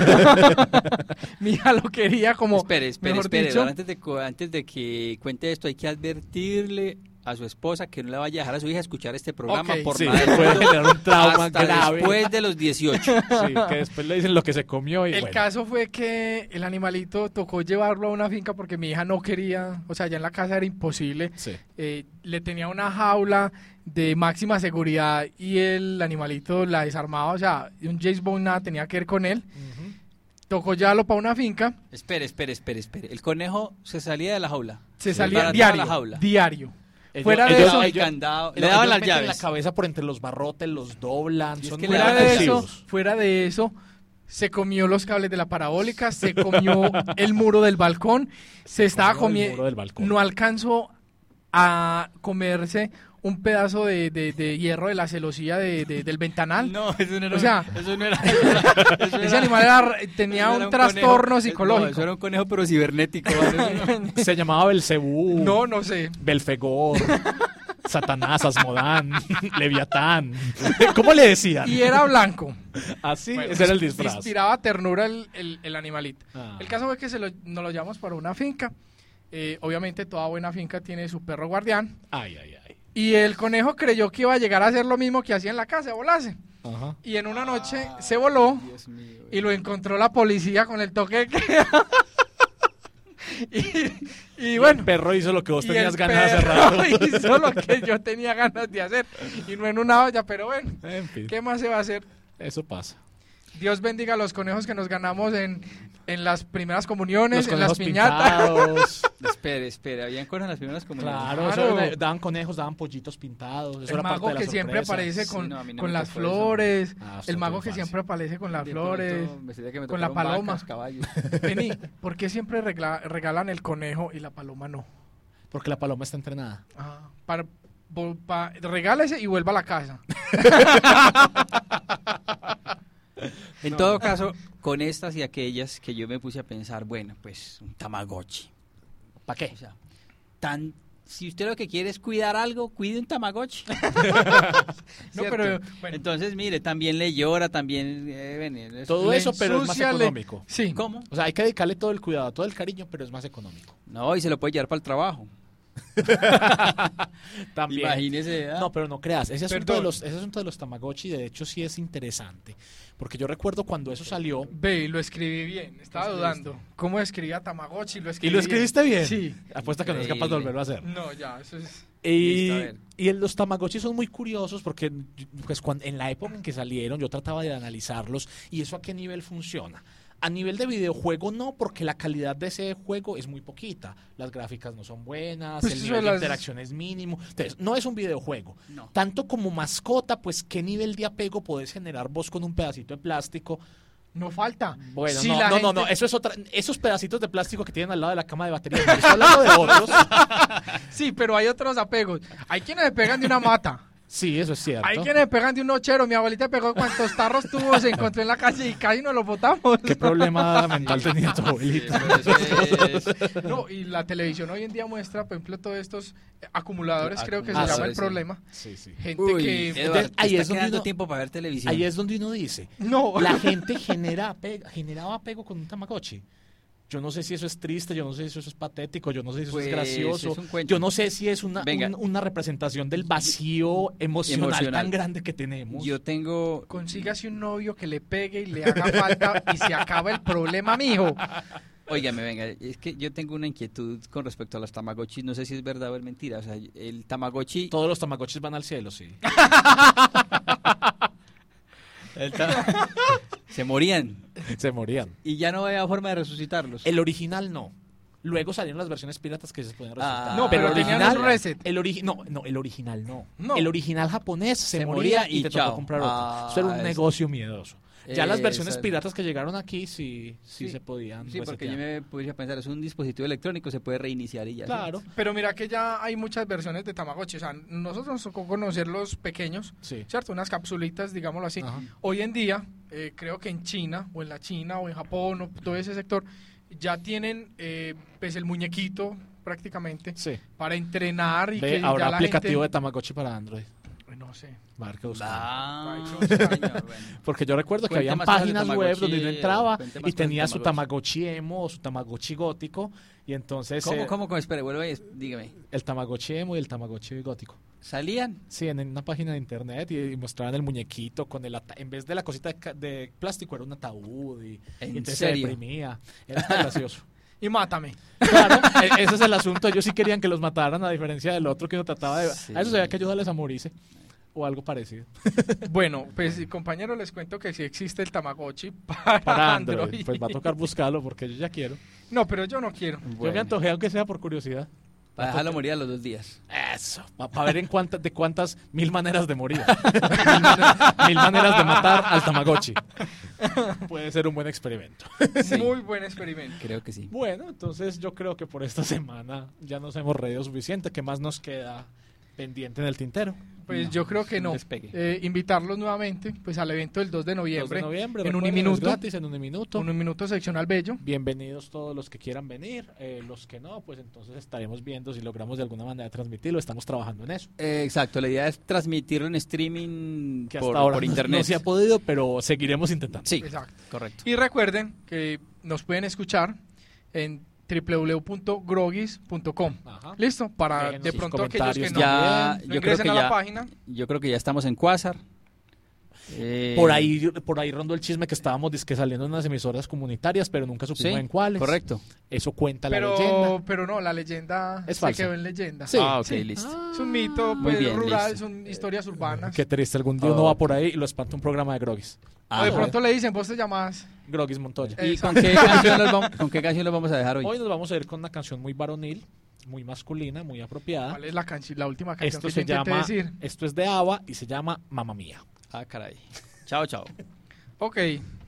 Speaker 2: Mi hija lo quería como,
Speaker 1: Espere, espere,
Speaker 2: mejor
Speaker 1: espere.
Speaker 2: dicho.
Speaker 1: Antes de, cu- antes de que cuente esto, hay que advertirle a su esposa que no le vaya a dejar a su hija escuchar este programa
Speaker 2: Ok,
Speaker 1: por
Speaker 3: Sí,
Speaker 1: nada del
Speaker 3: puede
Speaker 1: mundo
Speaker 3: generar un trauma
Speaker 1: hasta
Speaker 3: grave.
Speaker 1: después de los dieciocho.
Speaker 3: Sí, que después le dicen lo que se comió y
Speaker 2: El
Speaker 3: bueno.
Speaker 2: caso fue que el animalito tocó llevarlo a una finca porque mi hija no quería, o sea, ya en la casa era imposible.
Speaker 3: Sí.
Speaker 2: Eh, le tenía una jaula de máxima seguridad y el animalito la desarmaba, o sea, un James Bond nada tenía que ver con él.
Speaker 3: Ujú.
Speaker 2: Tocó llevarlo para una finca,
Speaker 1: Espere, espere, espere, espere. El conejo se salía de la jaula.
Speaker 2: se
Speaker 3: Sí.
Speaker 2: salía
Speaker 1: Para
Speaker 2: diario,
Speaker 1: la jaula.
Speaker 2: diario.
Speaker 3: Ellos-
Speaker 2: Fuera de
Speaker 3: ellos-
Speaker 2: eso-
Speaker 1: El candado, le
Speaker 3: ellos
Speaker 1: daban las
Speaker 3: meten
Speaker 1: llaves.
Speaker 3: la cabeza por entre los barrotes, los doblan.
Speaker 1: Y es
Speaker 3: Son
Speaker 1: que
Speaker 3: muy
Speaker 1: le
Speaker 2: Fuera
Speaker 1: daban
Speaker 2: de
Speaker 1: las
Speaker 2: eso,
Speaker 3: agresivos.
Speaker 2: fuera de eso, se comió los cables de la parabólica, se comió el muro del balcón, se estaba
Speaker 3: comió el
Speaker 2: comiendo,
Speaker 3: muro del balcón.
Speaker 2: no alcanzó a comerse un pedazo de, de- de hierro de la celosía de- de- del ventanal.
Speaker 1: No, eso no era.
Speaker 2: O sea,
Speaker 1: eso no era. eso
Speaker 2: Ese
Speaker 1: era-
Speaker 2: animal era- tenía
Speaker 1: eso
Speaker 2: un
Speaker 1: era
Speaker 2: trastorno
Speaker 1: conejo-
Speaker 2: psicológico.
Speaker 1: No, eso era un conejo, pero cibernético. ¿vale? Eso no-
Speaker 3: Se llamaba Belcebú,
Speaker 2: No, no sé.
Speaker 3: Belfegor, Satanás, Asmodán, Leviatán. ¿Cómo le decían?
Speaker 2: Y era blanco.
Speaker 3: Así,
Speaker 2: Bueno,
Speaker 3: ese era el disfraz.
Speaker 2: Inspiraba ternura el, el- el animalito.
Speaker 3: Ah.
Speaker 2: El caso fue que se lo, nos lo llevamos para una finca. Eh, obviamente toda buena finca tiene su perro guardián.
Speaker 3: Ay, ay, ay.
Speaker 2: Y el conejo creyó que iba a llegar a hacer lo mismo que hacía en la casa, volarse.
Speaker 3: Ajá.
Speaker 2: Y en una noche se voló
Speaker 1: Dios mío.
Speaker 2: y lo encontró la policía con el toque de queda. y, y bueno.
Speaker 3: El perro hizo lo que vos
Speaker 2: y
Speaker 3: tenías
Speaker 2: el
Speaker 3: ganas de hace
Speaker 2: perro
Speaker 3: rato.
Speaker 2: hizo lo que yo tenía ganas de hacer. Y no en una olla, pero bueno.
Speaker 3: En fin,
Speaker 2: ¿Qué más se va a hacer?
Speaker 3: eso pasa.
Speaker 2: Dios bendiga a los conejos que nos ganamos en, en las primeras comuniones,
Speaker 3: Los
Speaker 2: en las
Speaker 3: conejos
Speaker 2: piñatas.
Speaker 3: pintados.
Speaker 1: Espere, espere. Habían cosas en las primeras comunidades.
Speaker 3: Claro,
Speaker 2: Claro.
Speaker 3: eso era- daban conejos, daban pollitos pintados. Eso
Speaker 2: El
Speaker 3: era parte
Speaker 2: mago
Speaker 3: de la
Speaker 2: que siempre
Speaker 3: sorpresa.
Speaker 2: aparece
Speaker 1: Sí,
Speaker 2: con,
Speaker 1: no, a mí no
Speaker 2: con
Speaker 1: me
Speaker 2: las
Speaker 1: tocó eso.
Speaker 3: Ah,
Speaker 2: flores.
Speaker 3: esto
Speaker 2: El
Speaker 3: es
Speaker 2: mago
Speaker 3: muy
Speaker 2: que
Speaker 3: fácil.
Speaker 2: siempre aparece con las
Speaker 1: De
Speaker 2: flores.
Speaker 1: pronto me sentía que me
Speaker 2: con la
Speaker 1: tocaron
Speaker 2: paloma.
Speaker 1: vacas, caballos.
Speaker 2: Vení, ¿por qué siempre regla- regalan el conejo y la paloma no?
Speaker 3: Porque la paloma está entrenada.
Speaker 2: Ah, para, vol- pa- regálese y vuelva a la casa.
Speaker 1: En todo caso, con estas y aquellas que yo me puse a pensar, bueno, pues un Tamagotchi.
Speaker 3: ¿Para qué?
Speaker 1: O sea, tan, si usted lo que quiere es cuidar algo, cuide un Tamagotchi.
Speaker 2: No,
Speaker 1: ¿Cierto?
Speaker 2: pero, bueno.
Speaker 1: Entonces, mire, también le llora, también... eh, bueno, es-
Speaker 3: Todo
Speaker 2: Le
Speaker 3: eso, pero es más
Speaker 2: ensucia, le-
Speaker 3: económico.
Speaker 2: Sí.
Speaker 1: ¿Cómo?
Speaker 3: O sea, hay que dedicarle todo el cuidado, todo el cariño, pero es más económico.
Speaker 1: No, y se lo puede llevar para el trabajo.
Speaker 3: También.
Speaker 1: Imagínese. ¿ah?
Speaker 3: No, pero no creas. Ese asunto,
Speaker 2: Perdón.
Speaker 3: de los, ese asunto de los Tamagotchi, de hecho, sí es interesante. Porque yo recuerdo cuando eso salió.
Speaker 2: Ve, lo escribí bien. Estaba
Speaker 3: Lo
Speaker 2: dudando. ¿Cómo escribía Tamagotchi? Lo
Speaker 3: ¿Y
Speaker 2: escribí
Speaker 3: lo escribiste bien?
Speaker 2: Sí.
Speaker 3: Apuesta que no es capaz de volverlo a hacer.
Speaker 2: No, ya, eso es...
Speaker 3: Y,
Speaker 1: Listo, a ver.
Speaker 3: y el- los Tamagotchi son muy curiosos porque pues, cuando, en la época en que salieron yo trataba de analizarlos y eso a qué nivel funciona. A nivel de videojuego no, porque la calidad de ese juego es muy poquita. Las gráficas no son buenas,
Speaker 2: Pues
Speaker 3: el
Speaker 2: eso
Speaker 3: nivel
Speaker 2: de
Speaker 3: de
Speaker 2: las-
Speaker 3: interacción es mínimo. Entonces, no es un videojuego.
Speaker 1: No.
Speaker 3: Tanto como mascota, pues qué nivel de apego podés generar vos con un pedacito de plástico.
Speaker 2: No falta.
Speaker 3: Bueno,
Speaker 2: Si
Speaker 3: no,
Speaker 2: la
Speaker 3: no, no,
Speaker 2: gente-
Speaker 3: no, eso es otra, esos pedacitos de plástico que tienen al lado de la cama de batería. Yo estoy hablando de otros.
Speaker 2: Sí, pero hay otros apegos. Hay quienes le pegan de una mata.
Speaker 3: Sí, eso es cierto.
Speaker 2: Hay quienes le pegan de un nochero. Mi abuelita pegó cuantos tarros tuvo, se encontró en la calle y casi nos lo botamos.
Speaker 3: ¿Qué problema mental tenía tu
Speaker 1: Sí,
Speaker 3: abuelita?
Speaker 1: pero eso es-
Speaker 2: No, y la televisión hoy en día muestra, por ejemplo, todos estos eh, acumuladores, creo que se
Speaker 3: Acumuladores,
Speaker 2: llama el
Speaker 1: sí.
Speaker 2: problema.
Speaker 3: Sí, sí.
Speaker 2: Gente
Speaker 1: Uy,
Speaker 2: que...
Speaker 1: Eduardo,
Speaker 3: Entonces, ahí
Speaker 1: está
Speaker 3: es donde
Speaker 1: quedando
Speaker 3: uno-
Speaker 1: tiempo para ver televisión.
Speaker 3: Ahí es donde uno dice,
Speaker 2: No.
Speaker 3: la gente genera apego, generaba apego con un Tamagotchi. Yo no sé si eso es triste, yo no sé si eso es patético, yo no sé si eso
Speaker 1: Pues,
Speaker 3: es gracioso.
Speaker 1: es un cuento.
Speaker 3: Yo no sé si es una,
Speaker 1: Venga.
Speaker 3: un- una representación del vacío emocional,
Speaker 1: Emocional.
Speaker 3: tan grande que tenemos.
Speaker 1: Yo tengo...
Speaker 2: Consígase un novio que le pegue y le haga falta y se acaba el problema, mijo.
Speaker 1: Óigame, venga, es que yo tengo una inquietud con respecto a los Tamagotchis, no sé si es verdad o es mentira. O sea, el Tamagotchi...
Speaker 3: Todos los Tamagotchis van al cielo, sí.
Speaker 1: el ta- se morían
Speaker 3: Se morían.
Speaker 1: y ya no había forma de resucitarlos.
Speaker 3: El original no. Luego salieron las versiones piratas que se pueden resucitar.
Speaker 1: Ah,
Speaker 2: No, pero
Speaker 3: el
Speaker 2: tenían
Speaker 3: original,
Speaker 2: un reset.
Speaker 3: El ori- no, no, el original no.
Speaker 2: No.
Speaker 3: El original japonés se,
Speaker 1: Se
Speaker 3: moría,
Speaker 1: moría
Speaker 3: y,
Speaker 1: y
Speaker 3: te
Speaker 1: chao.
Speaker 3: tocó comprar otro.
Speaker 1: Ah,
Speaker 3: Eso era un
Speaker 1: es-
Speaker 3: negocio miedoso. Ya las
Speaker 1: Eh,
Speaker 3: versiones
Speaker 1: esa-
Speaker 3: piratas que llegaron aquí sí, sí,
Speaker 1: Sí.
Speaker 3: se podían
Speaker 1: Sí, porque yo
Speaker 3: resetear.
Speaker 1: me puse a pensar, es un dispositivo electrónico, se puede reiniciar y ya.
Speaker 3: Claro,
Speaker 2: Pero mira que ya hay muchas versiones de Tamagotchi. O sea, nosotros nos tocó conocer los pequeños,
Speaker 3: sí.
Speaker 2: ¿cierto? Unas capsulitas, digámoslo así.
Speaker 3: Ajá.
Speaker 2: Hoy en día, eh, creo que en China, o en la China, o en Japón, o todo ese sector, ya tienen eh, pues el muñequito prácticamente
Speaker 3: Sí.
Speaker 2: para entrenar y
Speaker 3: Ve,
Speaker 2: que
Speaker 3: habrá
Speaker 2: ya la
Speaker 3: aplicativo de
Speaker 2: gente...
Speaker 3: Tamagotchi para Android.
Speaker 2: No sé.
Speaker 3: Va a haber que buscarlo.
Speaker 1: Ah,
Speaker 2: Hay que buscar.
Speaker 1: señor, bueno.
Speaker 3: Porque yo recuerdo que
Speaker 1: Cuente
Speaker 3: había
Speaker 1: más cosas de
Speaker 3: páginas web
Speaker 1: Tamagotchi,
Speaker 3: donde uno entraba
Speaker 1: cuente más
Speaker 3: y
Speaker 1: cosas
Speaker 3: tenía
Speaker 1: de
Speaker 3: su
Speaker 1: Tamagotchi.
Speaker 3: Tamagotchi emo o su Tamagotchi gótico. Y entonces
Speaker 1: ¿Cómo,
Speaker 3: eh,
Speaker 1: cómo, cómo? Espere, vuelve y dígame.
Speaker 3: el Tamagotchi emo y el Tamagotchi gótico.
Speaker 1: ¿Salían?
Speaker 3: Sí, en una página de internet y, y mostraban el muñequito con el ata- en vez de la cosita de, ca- de plástico era un ataúd y,
Speaker 1: ¿En
Speaker 3: y entonces
Speaker 1: serio?
Speaker 3: se deprimía. Era hasta gracioso.
Speaker 2: Y mátame.
Speaker 3: Claro, e- ese es el asunto. Ellos sí querían que los mataran a diferencia del otro que uno trataba de...
Speaker 1: Sí.
Speaker 3: A eso había que ayudarles a morirse o algo parecido.
Speaker 2: Bueno, pues compañeros, les cuento que sí existe el Tamagotchi para,
Speaker 3: Para Android,
Speaker 2: Android.
Speaker 3: pues va a tocar buscarlo porque yo ya quiero.
Speaker 2: No, pero yo no quiero.
Speaker 3: Yo me antojé aunque sea por curiosidad.
Speaker 1: Para dejarlo morir a los dos días.
Speaker 3: Eso, para ver en cuántas, de cuántas mil maneras de morir. mil, maneras, mil maneras de matar al Tamagotchi. Puede ser un buen experimento.
Speaker 1: Sí.
Speaker 2: Muy buen experimento.
Speaker 1: Creo que sí.
Speaker 3: Bueno, entonces yo creo que por esta semana ya nos hemos reído suficiente. ¿Qué más nos queda pendiente en el tintero?
Speaker 2: Pues
Speaker 1: No,
Speaker 2: yo creo que
Speaker 1: un
Speaker 2: no.
Speaker 1: despegue.
Speaker 2: Eh, invitarlos nuevamente pues al evento del dos de
Speaker 3: dos
Speaker 2: noviembre.
Speaker 3: de noviembre,
Speaker 2: en un
Speaker 3: recuerden,
Speaker 2: minuto.
Speaker 3: es gratis, en un minuto.
Speaker 2: Un minuto seccional bello.
Speaker 3: Bienvenidos todos los que quieran venir. Eh, los que no, pues entonces estaremos viendo si logramos de alguna manera transmitirlo. Estamos trabajando en eso.
Speaker 1: Eh, exacto, la idea es transmitirlo en streaming
Speaker 3: Que
Speaker 1: por,
Speaker 3: hasta ahora
Speaker 1: por
Speaker 3: no-
Speaker 1: internet.
Speaker 3: no se ha podido, pero seguiremos intentando.
Speaker 1: Sí,
Speaker 2: Exacto.
Speaker 1: correcto.
Speaker 2: Y recuerden que nos pueden escuchar en doble u doble u doble u punto grogis punto com.
Speaker 3: Ajá.
Speaker 2: ¿Listo? Para
Speaker 3: Déjenos
Speaker 2: de
Speaker 3: sus
Speaker 2: pronto aquellos que
Speaker 3: comentarios
Speaker 2: no,
Speaker 1: Ya,
Speaker 2: no
Speaker 1: yo creo
Speaker 2: ingresen
Speaker 1: que
Speaker 2: a la
Speaker 1: ya,
Speaker 2: página.
Speaker 1: yo creo que ya estamos en Quasar. Eh,
Speaker 3: Por ahí, por ahí rondó el chisme que estábamos dizque saliendo en unas emisoras comunitarias, pero nunca supimos
Speaker 1: sí,
Speaker 3: en cuáles.
Speaker 1: correcto.
Speaker 3: Eso cuenta la
Speaker 2: Pero,
Speaker 3: leyenda.
Speaker 2: pero no, la leyenda
Speaker 3: Es
Speaker 2: se
Speaker 3: falsa.
Speaker 2: quedó en leyenda.
Speaker 3: Sí.
Speaker 1: Ah, ok,
Speaker 2: Sí.
Speaker 1: listo.
Speaker 2: Es un mito
Speaker 1: Muy
Speaker 2: pues,
Speaker 1: bien,
Speaker 2: rural,
Speaker 1: listo.
Speaker 2: son historias urbanas.
Speaker 3: Qué triste, algún día uno
Speaker 1: Oh.
Speaker 3: va por ahí y lo espanta un programa de Grogis.
Speaker 1: Ah,
Speaker 2: o de
Speaker 1: bueno.
Speaker 2: pronto le dicen, vos te llamás.
Speaker 3: Grogis Montoya.
Speaker 2: Eh,
Speaker 1: ¿Y con qué, canción los vamos, con qué canción los vamos a dejar hoy?
Speaker 3: Hoy nos vamos a ir con una canción muy varonil, muy masculina, muy apropiada.
Speaker 2: ¿Cuál es la, canción, la última canción
Speaker 3: Esto
Speaker 2: que
Speaker 3: se
Speaker 2: yo intenté
Speaker 3: llama,
Speaker 2: decir?
Speaker 3: esto es de ABBA y se llama Mamma Mía.
Speaker 1: Ah, caray. Chao, chao.
Speaker 2: Ok.